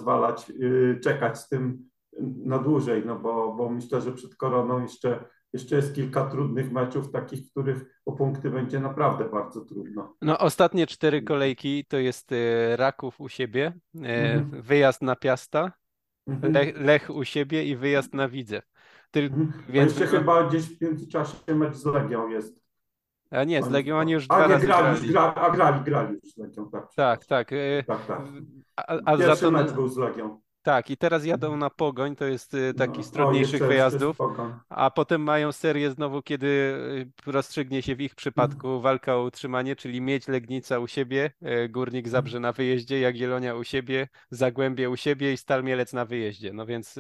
czekać z tym na dłużej, no bo myślę, że przed Koroną jeszcze jest kilka trudnych meczów, takich, w których o punkty będzie naprawdę bardzo trudno. No, ostatnie 4 kolejki to jest Raków u siebie, Mhm, wyjazd na Piasta, mhm, Lech u siebie i wyjazd na Widzew. mhm. A Więc jeszcze chyba gdzieś w międzyczasie mecz z Legią jest. a nie, z Legią oni już A dwa nie, razy grali. grali już z Legią, tak, Tak, przepraszam. tak. Tak, tak. A za Pierwszy to mecz był z Legią. tak, i teraz jadą na Pogoń, to jest taki z No, o, trudniejszych jeszcze wyjazdów, spoko. a potem mają serię znowu, kiedy rozstrzygnie się w ich przypadku walka o utrzymanie, czyli Miedź Legnica u siebie, Górnik Zabrze na wyjeździe, Jagiellonia u siebie, Zagłębie u siebie i Stal Mielec na wyjeździe. No więc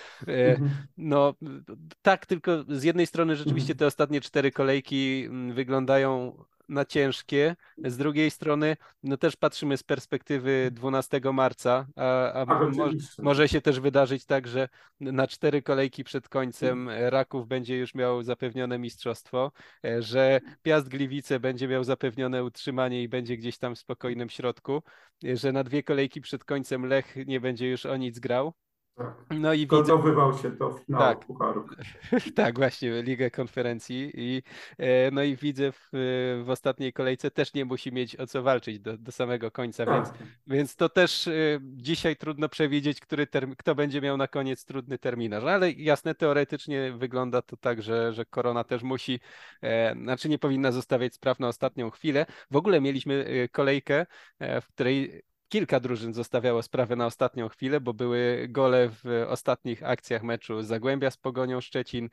e, Mhm, no tak, tylko z jednej strony rzeczywiście mhm. te ostatnie 4 kolejki wyglądają na ciężkie, z drugiej strony no też patrzymy z perspektywy 12 marca, a Tak, oczywiście. może się też wydarzyć tak, że na 4 kolejki przed końcem Raków będzie już miał zapewnione mistrzostwo, że Piast Gliwice będzie miał zapewnione utrzymanie i będzie gdzieś tam w spokojnym środku, że na 2 kolejki przed końcem Lech nie będzie już o nic grał. Tak. No i widzę, Przygotowywał się do finału tak, Pucharu. tak, właśnie, Ligę Konferencji i no i widzę w ostatniej kolejce też nie musi mieć o co walczyć do samego końca, Tak. więc to też dzisiaj trudno przewidzieć, kto będzie miał na koniec trudny terminarz, ale jasne, teoretycznie wygląda to tak, że Korona też musi, znaczy nie powinna zostawiać spraw na ostatnią chwilę. W ogóle mieliśmy kolejkę, w której kilka drużyn zostawiało sprawę na ostatnią chwilę, bo były gole w ostatnich akcjach meczu Zagłębia z Pogonią Szczecin,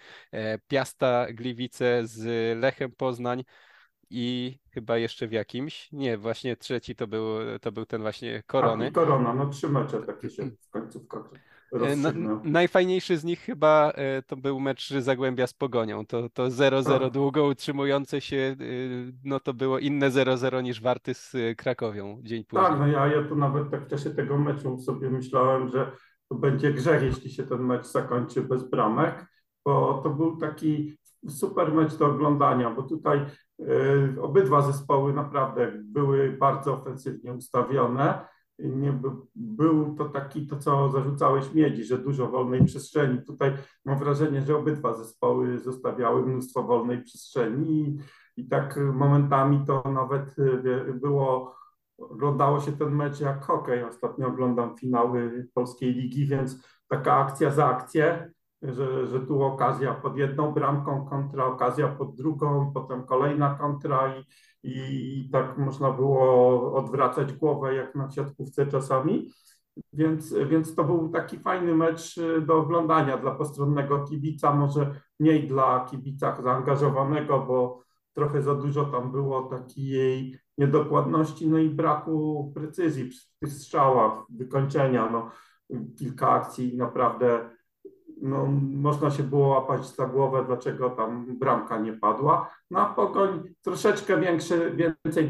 Piasta Gliwice z Lechem Poznań i chyba jeszcze w jakimś. Nie, właśnie trzeci to był ten właśnie Tak, Korony. i Korona, no 3 mecze takie się w końcówkach rozstrzygnęły. Najfajniejszy z nich chyba to był mecz Zagłębia z Pogonią. To 0-0 Tak, długo utrzymujące się, no to było inne 0-0 niż Warty z Krakowią dzień tak, później. no ja tu nawet tak w czasie tego meczu sobie myślałem, że to będzie grzech, jeśli się ten mecz zakończy bez bramek, bo to był taki super mecz do oglądania, bo tutaj obydwa zespoły naprawdę były bardzo ofensywnie ustawione. Nie, był to taki, to co zarzucałeś Miedzi, że dużo wolnej przestrzeni. Tutaj mam wrażenie, że obydwa zespoły zostawiały mnóstwo wolnej przestrzeni i tak momentami to nawet oglądało się ten mecz jak hokej. Ostatnio oglądam finały polskiej ligi, więc taka akcja za akcję, że tu okazja pod jedną bramką, kontra okazja pod drugą, potem kolejna kontra i tak można było odwracać głowę jak na siatkówce czasami. Więc to był taki fajny mecz do oglądania dla postronnego kibica, może mniej dla kibica zaangażowanego, bo trochę za dużo tam było takiej niedokładności, no i braku precyzji przy tych strzałach, wykończenia. No, kilka akcji naprawdę no, można się było łapać za głowę, dlaczego tam bramka nie padła. No a Pogoń troszeczkę więcej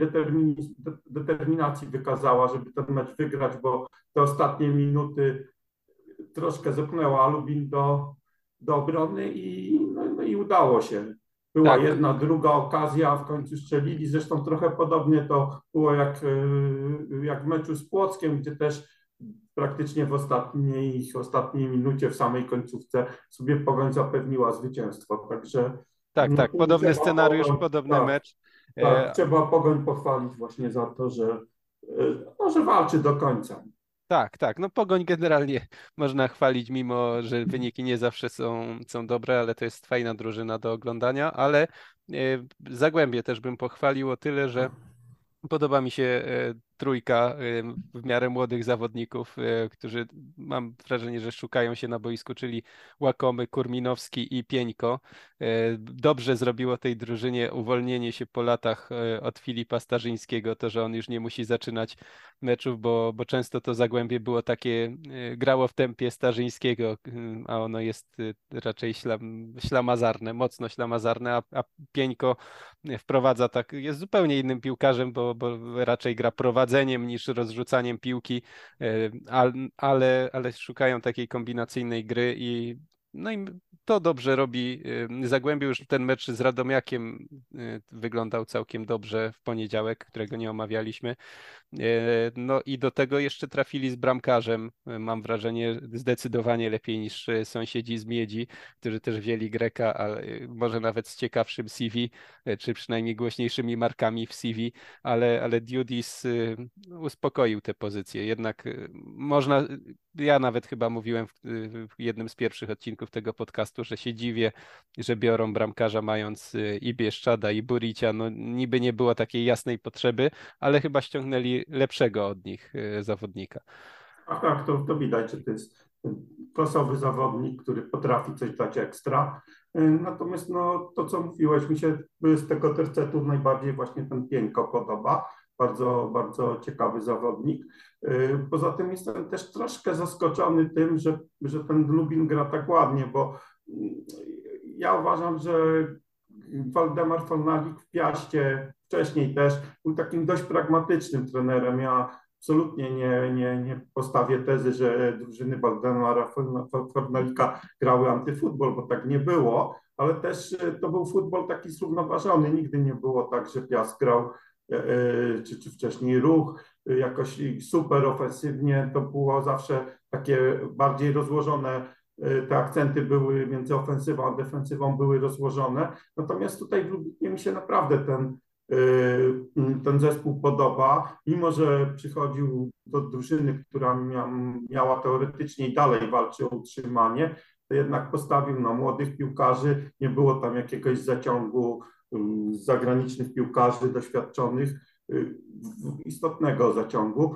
determinacji wykazała, żeby ten mecz wygrać, bo te ostatnie minuty troszkę zepchnęła Lubin do obrony no i udało się. Była Tak, jedna, druga okazja, w końcu strzelili. Zresztą trochę podobnie to było jak w meczu z Płockiem, gdzie też praktycznie w ostatniej minucie, w samej końcówce sobie Pogoń zapewniła zwycięstwo. Także tak, no, tak. tu Podobny trzeba scenariusz, Pogoń, podobny tak, mecz. tak, trzeba Pogoń pochwalić właśnie za to, no, że walczy do końca. Tak, tak. No Pogoń generalnie można chwalić, mimo że wyniki nie zawsze są dobre, ale to jest fajna drużyna do oglądania, ale Zagłębie też bym pochwalił o tyle, że podoba mi się trójka w miarę młodych zawodników, którzy mam wrażenie, że szukają się na boisku, czyli Łakomy, Kurminowski i Pieńko. Dobrze zrobiło tej drużynie uwolnienie się po latach od Filipa Starzyńskiego, to, że on już nie musi zaczynać meczów, bo często to Zagłębie było takie, grało w tempie Starzyńskiego, a ono jest raczej ślamazarne, mocno ślamazarne, a Pieńko wprowadza tak, jest zupełnie innym piłkarzem, bo raczej gra prowadzeniem niż rozrzucaniem piłki, ale szukają takiej kombinacyjnej gry i no i to dobrze robi Zagłębie. Już ten mecz z Radomiakiem wyglądał całkiem dobrze w poniedziałek, którego nie omawialiśmy. No i do tego jeszcze trafili z bramkarzem. Mam wrażenie zdecydowanie lepiej niż sąsiedzi z Miedzi, którzy też wzięli Greka, ale może nawet z ciekawszym CV, czy przynajmniej głośniejszymi markami w CV, ale Dudis uspokoił tę pozycję. Jednak można, ja nawet chyba mówiłem w jednym z pierwszych odcinków tego podcastu, że się dziwię, że biorą bramkarza mając i Bieszczada, i Buricia. No niby nie było takiej jasnej potrzeby, ale chyba ściągnęli lepszego od nich zawodnika. A tak, to widać, że to jest klasowy zawodnik, który potrafi coś dać ekstra. Natomiast no, to, co mówiłeś, mi się z tego tercetu najbardziej właśnie ten Pieńko podoba. Bardzo, bardzo ciekawy zawodnik. Poza tym jestem też troszkę zaskoczony tym, że ten Lubin gra tak ładnie, bo ja uważam, że Waldemar Fornalik w Piaście wcześniej też był takim dość pragmatycznym trenerem. Ja absolutnie nie postawię tezy, że drużyny Waldemara Fornalika grały antyfutbol, bo tak nie było, ale też to był futbol taki zrównoważony. Nigdy nie było tak, że Piast grał czy wcześniej Ruch jakoś super ofensywnie. To było zawsze takie bardziej rozłożone, te akcenty były między ofensywą a defensywą były rozłożone. Natomiast tutaj w Lublinie mi się naprawdę ten zespół podoba, mimo że przychodził do drużyny, która miała teoretycznie i dalej walczy o utrzymanie, to jednak postawił na młodych piłkarzy, nie było tam jakiegoś zaciągu zagranicznych piłkarzy doświadczonych, istotnego zaciągu.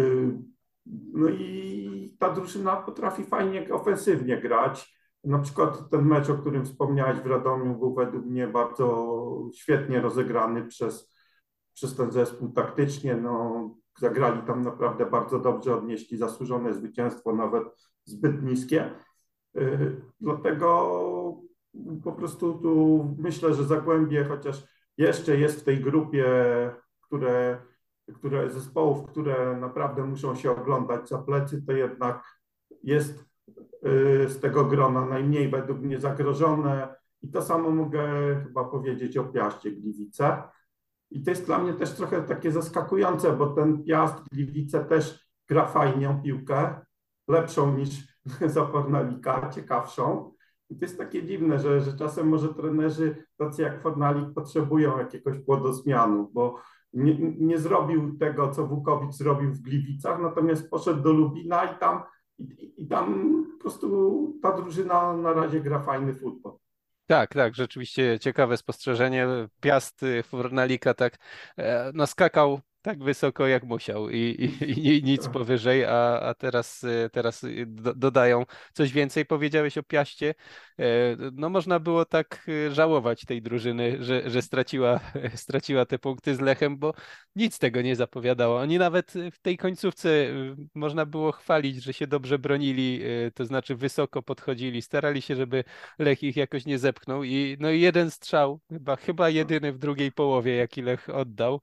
No i ta drużyna potrafi fajnie ofensywnie grać. Na przykład ten mecz, o którym wspomniałeś w Radomiu, był według mnie bardzo świetnie rozegrany przez ten zespół taktycznie. No, zagrali tam naprawdę bardzo dobrze, odnieśli zasłużone zwycięstwo, nawet zbyt niskie. Dlatego po prostu tu myślę, że Zagłębie, chociaż jeszcze jest w tej grupie, które zespołów, które naprawdę muszą się oglądać za plecy, to jednak jest z tego grona najmniej według mnie zagrożone. I to samo mogę chyba powiedzieć o Piaście Gliwice. I to jest dla mnie też trochę takie zaskakujące, bo ten Piast Gliwice też gra fajnie piłkę, lepszą niż za ciekawszą. I to jest takie dziwne, że czasem może trenerzy tacy jak Fornalik potrzebują jakiegoś płodozmianu, bo nie zrobił tego, co Wukowicz zrobił w Gliwicach, natomiast poszedł do Lubina i tam po prostu ta drużyna na razie gra fajny futbol. Tak, tak, rzeczywiście ciekawe spostrzeżenie. Piast Fornalika tak naskakał tak wysoko jak musiał i nic Tak. powyżej, a teraz dodają coś więcej. Powiedziałeś o Piaście. No można było tak żałować tej drużyny, że straciła te punkty z Lechem, bo nic tego nie zapowiadało. Oni nawet w tej końcówce można było chwalić, że się dobrze bronili, to znaczy wysoko podchodzili, starali się, żeby Lech ich jakoś nie zepchnął i no i jeden strzał, chyba jedyny w drugiej połowie, jaki Lech oddał,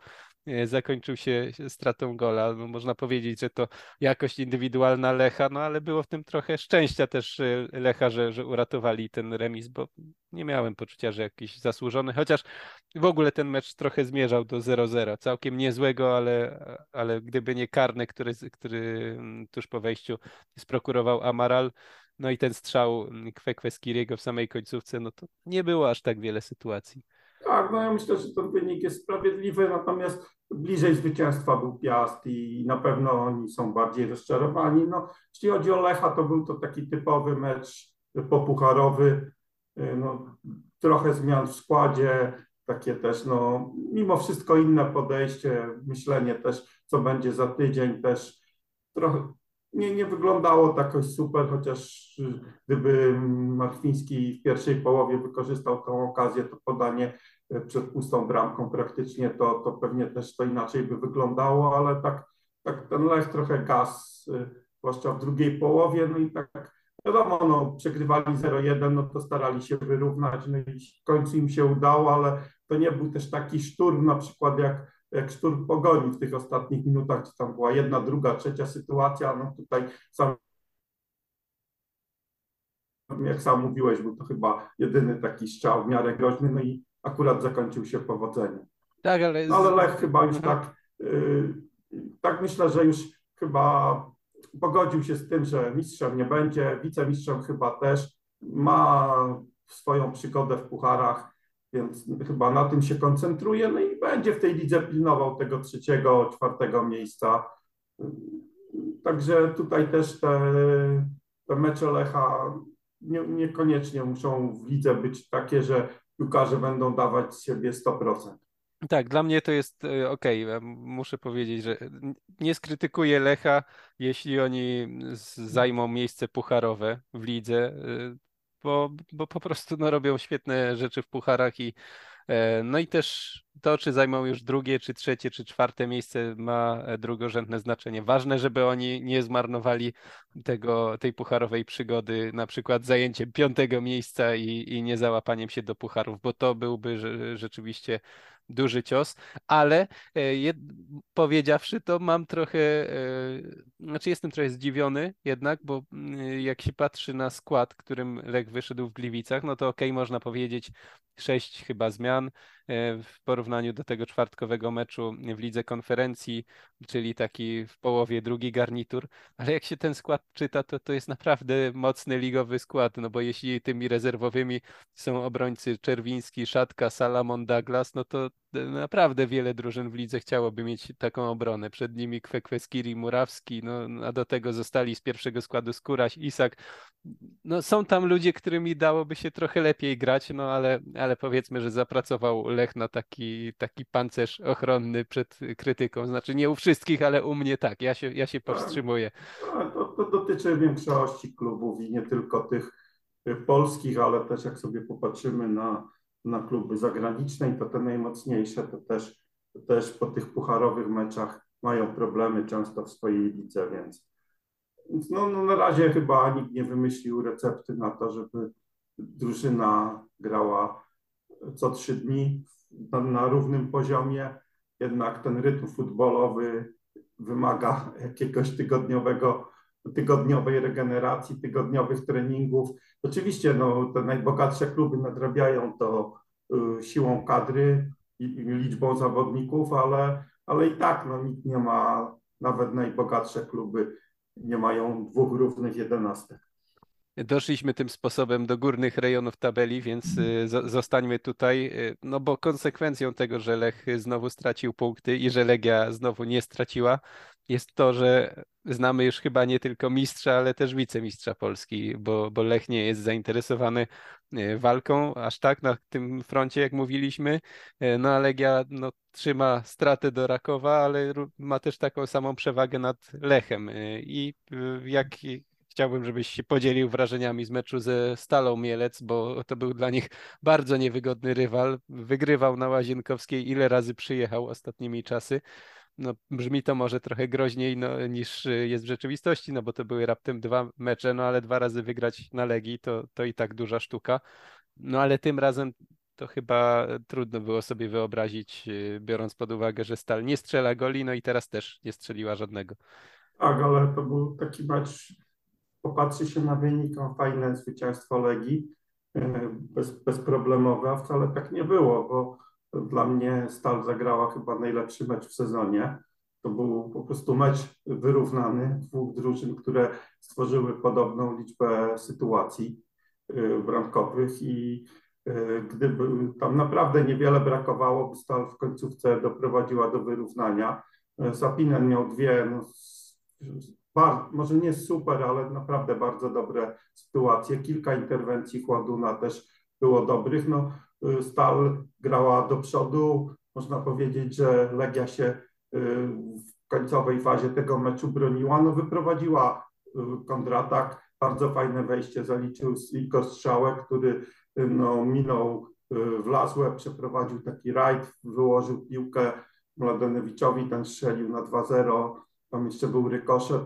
zakończył się stratą gola. No, można powiedzieć, że to jakość indywidualna Lecha, no ale było w tym trochę szczęścia też Lecha, że uratowali ten remis, bo nie miałem poczucia, że jakiś zasłużony, chociaż w ogóle ten mecz trochę zmierzał do 0-0. Całkiem niezłego, ale gdyby nie karny, który tuż po wejściu sprokurował Amaral, no i ten strzał Kwekwe-Skiriego w samej końcówce, no to nie było aż tak wiele sytuacji. Tak, no ja myślę, że ten wynik jest sprawiedliwy, natomiast bliżej zwycięstwa był Piast i na pewno oni są bardziej rozczarowani. No, jeśli chodzi o Lecha, to był to taki typowy mecz popucharowy. No, trochę zmian w składzie, takie też, no, mimo wszystko inne podejście, myślenie też, co będzie za tydzień, też trochę nie wyglądało tak jakoś super, chociaż gdyby Marchwiński w pierwszej połowie wykorzystał tą okazję, to podanie przed pustą bramką praktycznie, to pewnie też to inaczej by wyglądało, ale tak ten Lech trochę gaz, zwłaszcza w drugiej połowie, no i tak wiadomo, no, przegrywali 0-1, no to starali się wyrównać, no i w końcu im się udało, ale to nie był też taki szturm na przykład jak szturm Pogoni w tych ostatnich minutach, gdzie tam była jedna, druga, trzecia sytuacja, no tutaj sam, jak sam mówiłeś, był to chyba jedyny taki strzał w miarę groźny, no i akurat zakończył się powodzeniem. Tak, ale No ale Lech chyba już Mhm. tak myślę, że już chyba pogodził się z tym, że mistrzem nie będzie, wicemistrzem chyba też, ma swoją przygodę w pucharach, więc chyba na tym się koncentruje, no i będzie w tej lidze pilnował tego trzeciego, czwartego miejsca. Także tutaj też te mecze Lecha niekoniecznie muszą w lidze być takie, że piłkarze będą dawać z siebie 100%. Tak, dla mnie to jest okej. Muszę powiedzieć, że nie skrytykuję Lecha, jeśli oni zajmą miejsce pucharowe w lidze, bo po prostu no, robią świetne rzeczy w pucharach no i też to, czy zajmą już drugie, czy trzecie, czy czwarte miejsce ma drugorzędne znaczenie. Ważne, żeby oni nie zmarnowali tej pucharowej przygody, na przykład zajęciem piątego miejsca i nie załapaniem się do pucharów, bo to byłby rzeczywiście duży cios, ale powiedziawszy to mam trochę, znaczy jestem trochę zdziwiony jednak, bo jak się patrzy na skład, którym Lech wyszedł w Gliwicach, no to okej, można powiedzieć 6 chyba zmian w porównaniu do tego czwartkowego meczu w Lidze Konferencji, czyli taki w połowie drugi garnitur, ale jak się ten skład czyta, to jest naprawdę mocny ligowy skład, no bo jeśli tymi rezerwowymi są obrońcy Czerwiński, Szatka, Salamon, Douglas, no to naprawdę wiele drużyn w lidze chciałoby mieć taką obronę. Przed nimi Kwekwe-Skiri, Murawski, no a do tego zostali z pierwszego składu Skóraś, Isak. No są tam ludzie, którymi dałoby się trochę lepiej grać, no ale powiedzmy, że zapracował Lech na taki pancerz ochronny przed krytyką. Znaczy nie u wszystkich, ale u mnie tak. Ja się Tak, powstrzymuję. to dotyczy większości klubów i nie tylko tych polskich, ale też jak sobie popatrzymy na kluby zagraniczne, to te najmocniejsze to też po tych pucharowych meczach mają problemy często w swojej lidze, więc no na razie chyba nikt nie wymyślił recepty na to, żeby drużyna grała co 3 dni na równym poziomie. Jednak ten rytm futbolowy wymaga jakiegoś tygodniowej regeneracji, tygodniowych treningów. Oczywiście no, te najbogatsze kluby nadrabiają to siłą kadry i liczbą zawodników, ale i tak no, nikt nie ma, nawet najbogatsze kluby nie mają dwóch równych jedenastek. Doszliśmy tym sposobem do górnych rejonów tabeli, więc zostańmy tutaj, no bo konsekwencją tego, że Lech znowu stracił punkty i że Legia znowu nie straciła, jest to, że znamy już chyba nie tylko mistrza, ale też wicemistrza Polski, bo Lech nie jest zainteresowany walką aż tak na tym froncie, jak mówiliśmy. No a Legia no, trzyma stratę do Rakowa, ale ma też taką samą przewagę nad Lechem. I jak chciałbym, żebyś się podzielił wrażeniami z meczu ze Stalą Mielec, bo to był dla nich bardzo niewygodny rywal. Wygrywał na Łazienkowskiej, ile razy przyjechał ostatnimi czasy. No, brzmi to może trochę groźniej no, niż jest w rzeczywistości, no bo to były raptem 2 mecze, no ale 2 razy wygrać na Legii to i tak duża sztuka. No ale tym razem to chyba trudno było sobie wyobrazić, biorąc pod uwagę, że Stal nie strzela goli, no i teraz też nie strzeliła żadnego. Tak, ale to był taki mecz, popatrzy się na wynik, no fajne zwycięstwo Legii, bezproblemowe, a wcale tak nie było, bo dla mnie Stal zagrała chyba najlepszy mecz w sezonie. To był po prostu mecz wyrównany dwóch drużyn, które stworzyły podobną liczbę sytuacji bramkowych i gdyby tam naprawdę niewiele brakowało, by Stal w końcówce doprowadziła do wyrównania. Sapinen miał dwie, no, może nie super, ale naprawdę bardzo dobre sytuacje. Kilka interwencji Chładuna też było dobrych. No, Stal grała do przodu. Można powiedzieć, że Legia się w końcowej fazie tego meczu broniła. No, wyprowadziła kontratak. Bardzo fajne wejście zaliczył Iko Strzałek, który no, minął w las łeb, przeprowadził taki rajd, wyłożył piłkę Mladenowiczowi, ten strzelił na 2-0. Tam jeszcze był rykoszet.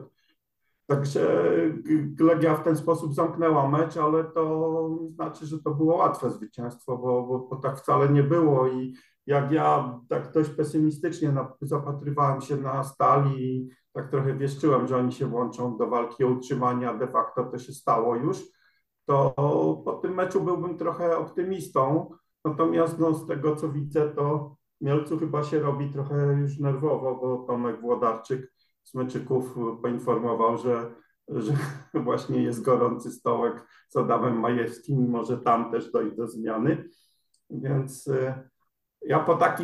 Także Legia w ten sposób zamknęła mecz, ale to znaczy, że to było łatwe zwycięstwo, bo tak wcale nie było. I jak ja tak dość pesymistycznie zapatrywałem się na Stal i tak trochę wieszczyłem, że oni się włączą do walki o utrzymanie, a de facto to się stało już, to po tym meczu byłbym trochę optymistą. Natomiast no, z tego, co widzę, to Mielcu chyba się robi trochę już nerwowo, bo Tomek Włodarczyk z meczyków poinformował, że właśnie jest gorący stołek z Adamem Majewskim i może tam też dojść do zmiany. Więc ja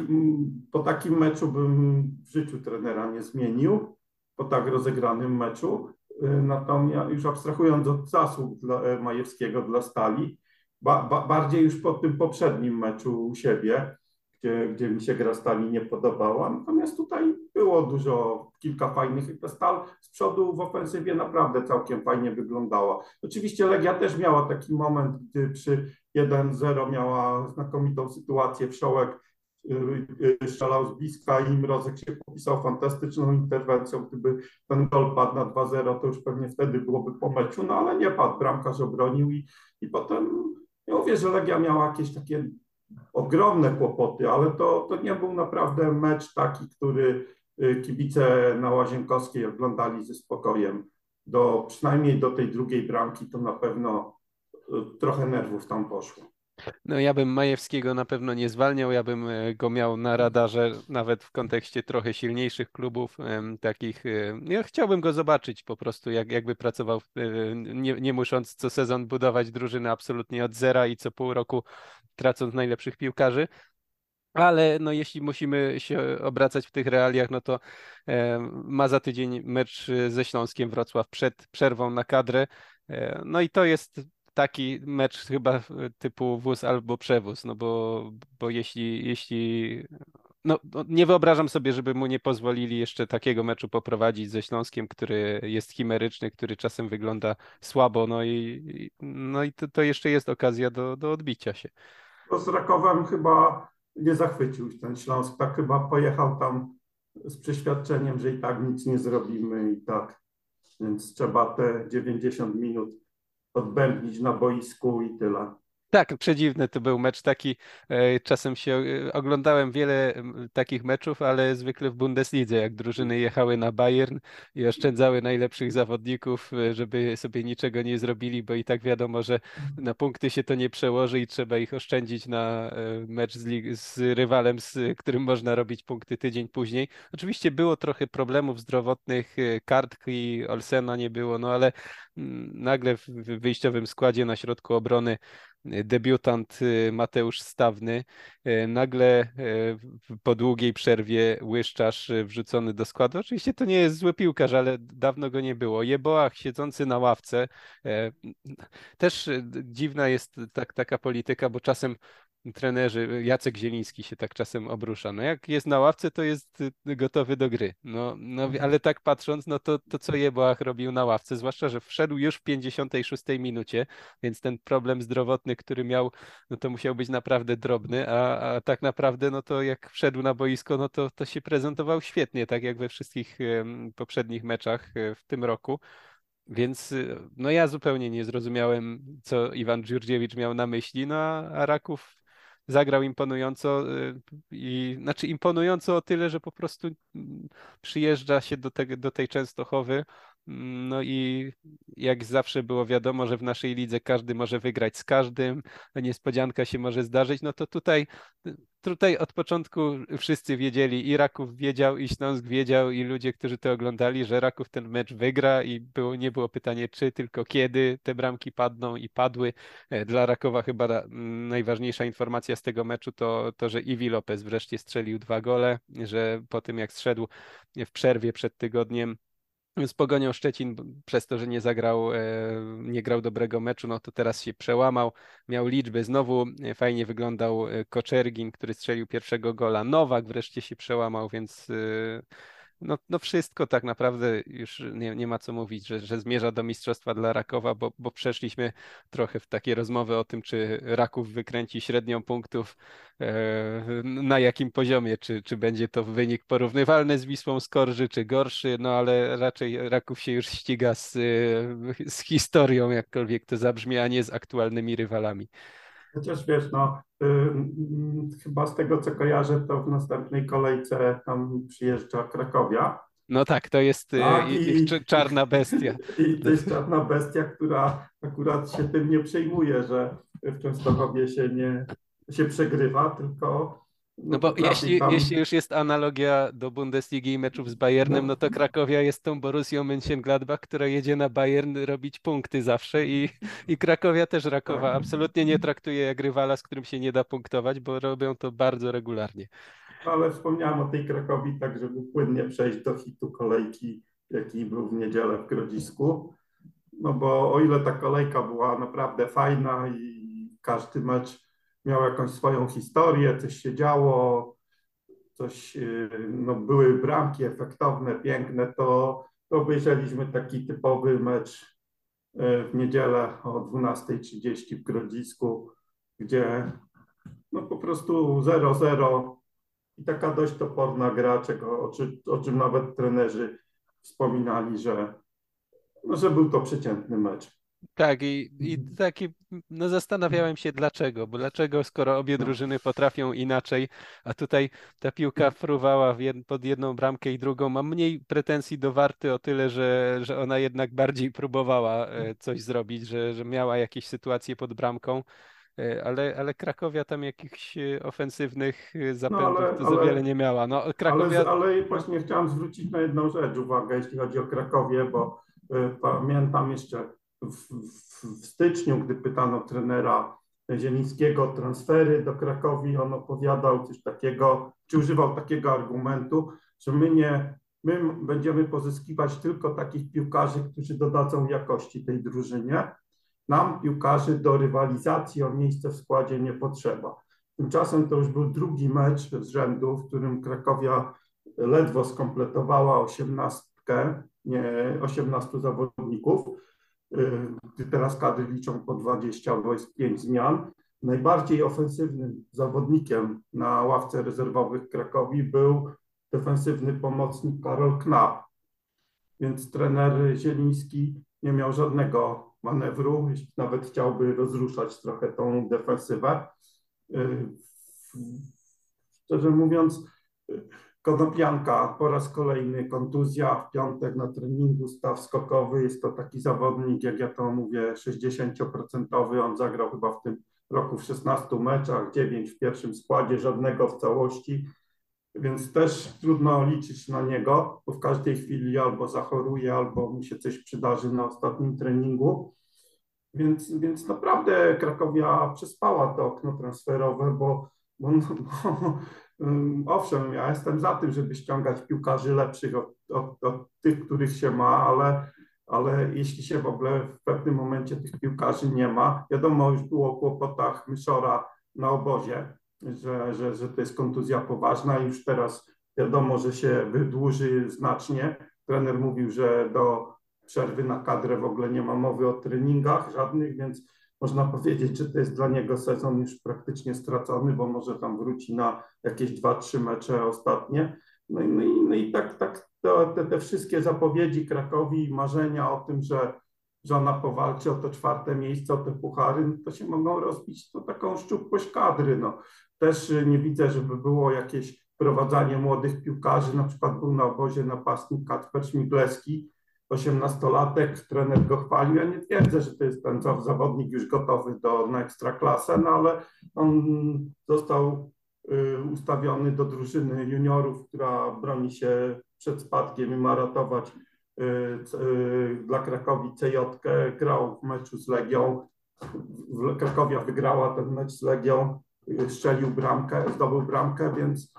po takim meczu bym w życiu trenera nie zmienił, po tak rozegranym meczu. Natomiast już abstrahując od zasług Majewskiego dla Stali, bardziej już po tym poprzednim meczu u siebie, gdzie mi się gra Stali nie podobała. Natomiast tutaj było kilka fajnych. Stal z przodu w ofensywie naprawdę całkiem fajnie wyglądała. Oczywiście Legia też miała taki moment, gdy przy 1-0 miała znakomitą sytuację. Wszołek strzelał z bliska i Mrozek się popisał fantastyczną interwencją. Gdyby ten gol padł na 2-0, to już pewnie wtedy byłoby po meczu, no ale nie padł. Bramkarz obronił i potem, ja mówię, że Legia miała jakieś takie ogromne kłopoty, ale to nie był naprawdę mecz taki, który kibice na Łazienkowskiej oglądali ze spokojem. Przynajmniej do tej drugiej bramki to na pewno trochę nerwów tam poszło. No ja bym Majewskiego na pewno nie zwalniał, ja bym go miał na radarze nawet w kontekście trochę silniejszych klubów, takich, ja chciałbym go zobaczyć po prostu, jakby pracował, nie musząc co sezon budować drużyny absolutnie od zera i co pół roku tracąc najlepszych piłkarzy. Ale no, jeśli musimy się obracać w tych realiach, no to ma za tydzień mecz ze Śląskiem Wrocław przed przerwą na kadrę. No i to jest taki mecz chyba typu wóz albo przewóz, no bo jeśli no, nie wyobrażam sobie, żeby mu nie pozwolili jeszcze takiego meczu poprowadzić ze Śląskiem, który jest chimeryczny, który czasem wygląda słabo, no i to jeszcze jest okazja do odbicia się. To z Rakowem chyba nie zachwycił ten Śląsk, tak chyba pojechał tam z przeświadczeniem, że i tak nic nie zrobimy i tak, więc trzeba te 90 minut odbębnić na boisku i tyle. Tak, przedziwny to był mecz taki. Czasem się oglądałem wiele takich meczów, ale zwykle w Bundeslidze, jak drużyny jechały na Bayern i oszczędzały najlepszych zawodników, żeby sobie niczego nie zrobili, bo i tak wiadomo, że na punkty się to nie przełoży i trzeba ich oszczędzić na mecz z rywalem, z którym można robić punkty tydzień później. Oczywiście było trochę problemów zdrowotnych, Kartki, Olsena nie było, no ale nagle w wyjściowym składzie na środku obrony debiutant Mateusz Stawny, nagle po długiej przerwie Łyszczarz wrzucony do składu. Oczywiście to nie jest zły piłkarz, ale dawno go nie było. Jeboach siedzący na ławce. Też dziwna jest taka polityka, bo czasem trenerzy, Jacek Zieliński się tak czasem obrusza. No jak jest na ławce, to jest gotowy do gry. No, ale tak patrząc, no to co Jeboach robił na ławce, zwłaszcza, że wszedł już w 56 minucie, więc ten problem zdrowotny, który miał, no to musiał być naprawdę drobny, a tak naprawdę, no to jak wszedł na boisko, no to się prezentował świetnie, tak jak we wszystkich poprzednich meczach w tym roku. Więc no ja zupełnie nie zrozumiałem, co Iwan Dżurdziewicz miał na myśli, no a Raków zagrał imponująco i znaczy imponująco o tyle, że po prostu przyjeżdża się do tej Częstochowy. No i jak zawsze było wiadomo, że w naszej lidze każdy może wygrać z każdym, a niespodzianka się może zdarzyć, no to tutaj od początku wszyscy wiedzieli, i Raków wiedział, i Śląsk wiedział, i ludzie, którzy to oglądali, że Raków ten mecz wygra i nie było pytanie czy, tylko kiedy te bramki padną i padły. Dla Rakowa chyba najważniejsza informacja z tego meczu to, że Iwi Lopez wreszcie strzelił 2 gole, że po tym jak zszedł w przerwie przed tygodniem z Pogonią Szczecin, przez to, że nie grał dobrego meczu, no to teraz się przełamał, miał liczby, znowu fajnie wyglądał Koczergin, który strzelił pierwszego gola, Nowak wreszcie się przełamał, więc no wszystko tak naprawdę już nie ma co mówić, że zmierza do mistrzostwa dla Rakowa, bo przeszliśmy trochę w takie rozmowy o tym, czy Raków wykręci średnią punktów, na jakim poziomie, czy będzie to wynik porównywalny z Wisłą Skorży, czy gorszy, no ale raczej Raków się już ściga z historią, jakkolwiek to zabrzmi, a nie z aktualnymi rywalami. Chociaż wiesz, no chyba z tego co kojarzę, to w następnej kolejce tam przyjeżdża Krakowia. No tak, to jest Tak, ich czarna bestia. i to jest czarna bestia, która akurat się tym nie przejmuje, że w Częstochowie się przegrywa, tylko No bo potrafi jeśli tam. już jest analogia do Bundesligi i meczów z Bayernem, no No, to Krakowia jest tą Borussią Mönchengladbach, która jedzie na Bayern robić punkty zawsze i Krakowia też Rakowa tak. absolutnie nie traktuje jak rywala, z którym się nie da punktować, bo robią to bardzo regularnie. Ale wspomniałem o tej Krakowi, tak żeby płynnie przejść do hitu kolejki, jaki był w niedzielę w Grodzisku. No bo o ile ta kolejka była naprawdę fajna i każdy mecz miał jakąś swoją historię, coś się działo, no były bramki efektowne, piękne, to obejrzeliśmy taki typowy mecz w niedzielę o 12:30 w Grodzisku, gdzie no po prostu 0-0 i taka dość toporna gra, o czym nawet trenerzy wspominali, że był to przeciętny mecz. Tak, i taki, no zastanawiałem się dlaczego, bo dlaczego, skoro obie No, drużyny potrafią inaczej, a tutaj ta piłka fruwała pod jedną bramkę i drugą. Mam mniej pretensji do Warty o tyle, że ona jednak bardziej próbowała coś zrobić, że miała jakieś sytuacje pod bramką, ale Krakowia tam jakichś ofensywnych no zapędów to za wiele nie miała. No, Krakowia, ale no, właśnie chciałem zwrócić na jedną rzecz uwagę, jeśli chodzi o Krakowie, bo pamiętam jeszcze w styczniu, gdy pytano trenera Zielińskiego o transfery do Krakowi, on opowiadał coś takiego, czy używał takiego argumentu, że my będziemy pozyskiwać tylko takich piłkarzy, którzy dodadzą jakości tej drużynie. Nam piłkarzy do rywalizacji o miejsce w składzie nie potrzeba. Tymczasem to już był drugi mecz z rzędu, w którym Krakowia ledwo skompletowała 18 zawodników. Teraz kadry liczą po 20, bo jest 5 zmian. Najbardziej ofensywnym zawodnikiem na ławce rezerwowych Krakowi był defensywny pomocnik Karol Knap. Więc trener Zieliński nie miał żadnego manewru, jeśli nawet chciałby rozruszać trochę tą defensywę. Szczerze mówiąc, Konopianka po raz kolejny kontuzja w piątek na treningu, staw skokowy. Jest to taki zawodnik, jak ja to mówię, 60%. On zagrał chyba w tym roku w 16 meczach, 9 w pierwszym składzie, żadnego w całości. Więc też trudno liczyć na niego, bo w każdej chwili albo zachoruje, albo mu się coś przydarzy na ostatnim treningu. Więc naprawdę Krakowia przespała to okno transferowe, owszem, ja jestem za tym, żeby ściągać piłkarzy lepszych od tych, których się ma, ale jeśli się w ogóle w pewnym momencie tych piłkarzy nie ma, wiadomo, już było o kłopotach Myszora na obozie, że to jest kontuzja poważna i już teraz wiadomo, że się wydłuży znacznie. Trener mówił, że do przerwy na kadrę w ogóle nie ma mowy o treningach żadnych, więc można powiedzieć, że to jest dla niego sezon już praktycznie stracony, bo może tam wróci na jakieś 2-3 mecze ostatnie. No i tak te wszystkie zapowiedzi Krakowi i marzenia o tym, że żona powalczy o to 4. miejsce, o te puchary, no to się mogą rozbić to taką szczupłość kadry. No. Też nie widzę, żeby było jakieś wprowadzanie młodych piłkarzy. Na przykład był na obozie napastnik Kacper Śmiglewski, 18-latek, trener go chwalił. Ja nie twierdzę, że to jest ten zawodnik już gotowy na ekstraklasę, no ale on został ustawiony do drużyny juniorów, która broni się przed spadkiem i ma ratować dla Krakowi CJ. Grał w meczu z Legią. Krakowia wygrała ten mecz z Legią, strzelił bramkę, zdobył bramkę, więc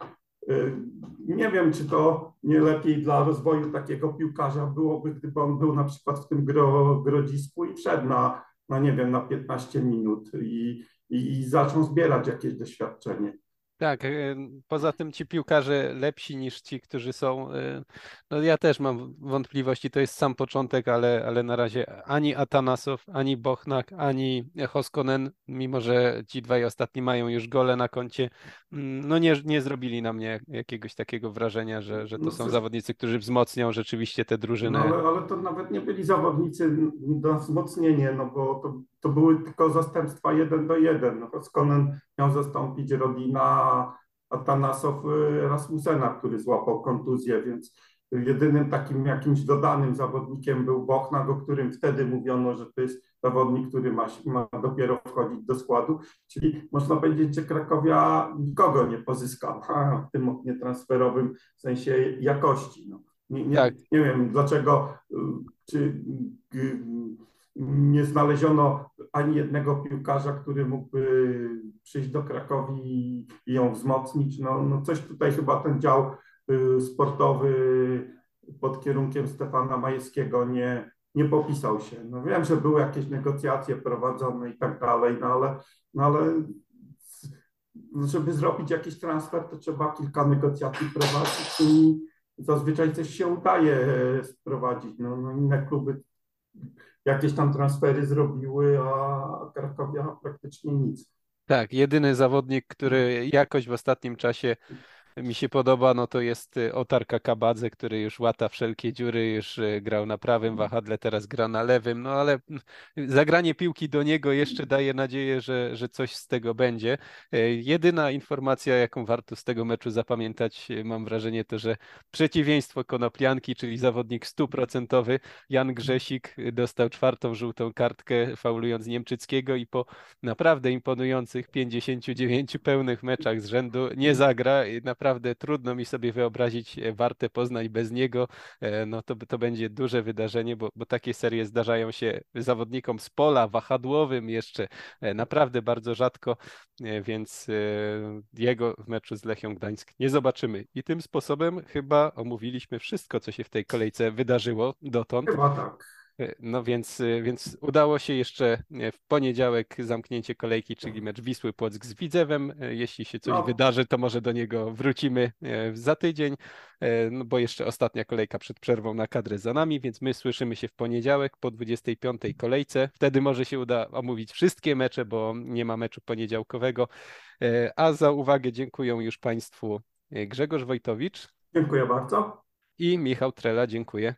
nie wiem, czy to nie lepiej dla rozwoju takiego piłkarza byłoby, gdyby on był na przykład w tym grodzisku i wszedł nie wiem, na 15 minut i zaczął zbierać jakieś doświadczenie. Tak, poza tym ci piłkarze lepsi niż ci, którzy są, no ja też mam wątpliwości, to jest sam początek, ale na razie ani Atanasow, ani Bochnak, ani Hoskonen, mimo że ci dwaj ostatni mają już gole na koncie, no nie zrobili na mnie jakiegoś takiego wrażenia, że to No, są zawodnicy, którzy wzmocnią rzeczywiście tę no drużynę. ale to nawet nie byli zawodnicy na wzmocnienie, no bo to były tylko zastępstwa 1-1. No, Koskonen miał zastąpić Rodina, a Tanasow Rasmusena, który złapał kontuzję, więc jedynym takim jakimś dodanym zawodnikiem był Bochnak, o którym wtedy mówiono, że to jest zawodnik, który ma dopiero wchodzić do składu. Czyli można powiedzieć, że Krakowia nikogo nie pozyskała w tym oknie transferowym w sensie jakości. No. Tak. Nie wiem dlaczego, czy nie znaleziono ani jednego piłkarza, który mógłby przyjść do Krakowi i ją wzmocnić. No coś tutaj chyba ten dział sportowy pod kierunkiem Stefana Majewskiego nie popisał się. No wiem, że były jakieś negocjacje prowadzone i tak dalej, no ale żeby zrobić jakiś transfer, to trzeba kilka negocjacji prowadzić i zazwyczaj coś się udaje sprowadzić. No inne kluby jakieś tam transfery zrobiły, a Krakowia praktycznie nic. Tak, jedyny zawodnik, który jakoś w ostatnim czasie mi się podoba, no to jest Otar Kakabadze, który już łata wszelkie dziury, już grał na prawym wahadle, teraz gra na lewym, no ale zagranie piłki do niego jeszcze daje nadzieję, że coś z tego będzie. Jedyna informacja, jaką warto z tego meczu zapamiętać, mam wrażenie, to, że przeciwieństwo Konoplianki, czyli zawodnik stuprocentowy, Jan Grzesik dostał 4. żółtą kartkę, faulując Niemczyckiego i po naprawdę imponujących 59 pełnych meczach z rzędu nie zagra. Naprawdę trudno mi sobie wyobrazić Wartę Poznań bez niego. No to będzie duże wydarzenie, bo takie serie zdarzają się zawodnikom z pola, wahadłowym jeszcze naprawdę bardzo rzadko, więc jego w meczu z Lechią Gdańsk nie zobaczymy. I tym sposobem chyba omówiliśmy wszystko, co się w tej kolejce wydarzyło dotąd. Chyba tak. No więc udało się jeszcze w poniedziałek zamknięcie kolejki, czyli mecz Wisły Płock z Widzewem. Jeśli się coś No, wydarzy, to może do niego wrócimy za tydzień, no bo jeszcze ostatnia kolejka przed przerwą na kadrę za nami, więc my słyszymy się w poniedziałek po 25. kolejce. Wtedy może się uda omówić wszystkie mecze, bo nie ma meczu poniedziałkowego. A za uwagę dziękuję już Państwu Grzegorz Wojtowicz dziękuję bardzo. i Michał Trela. Dziękuję.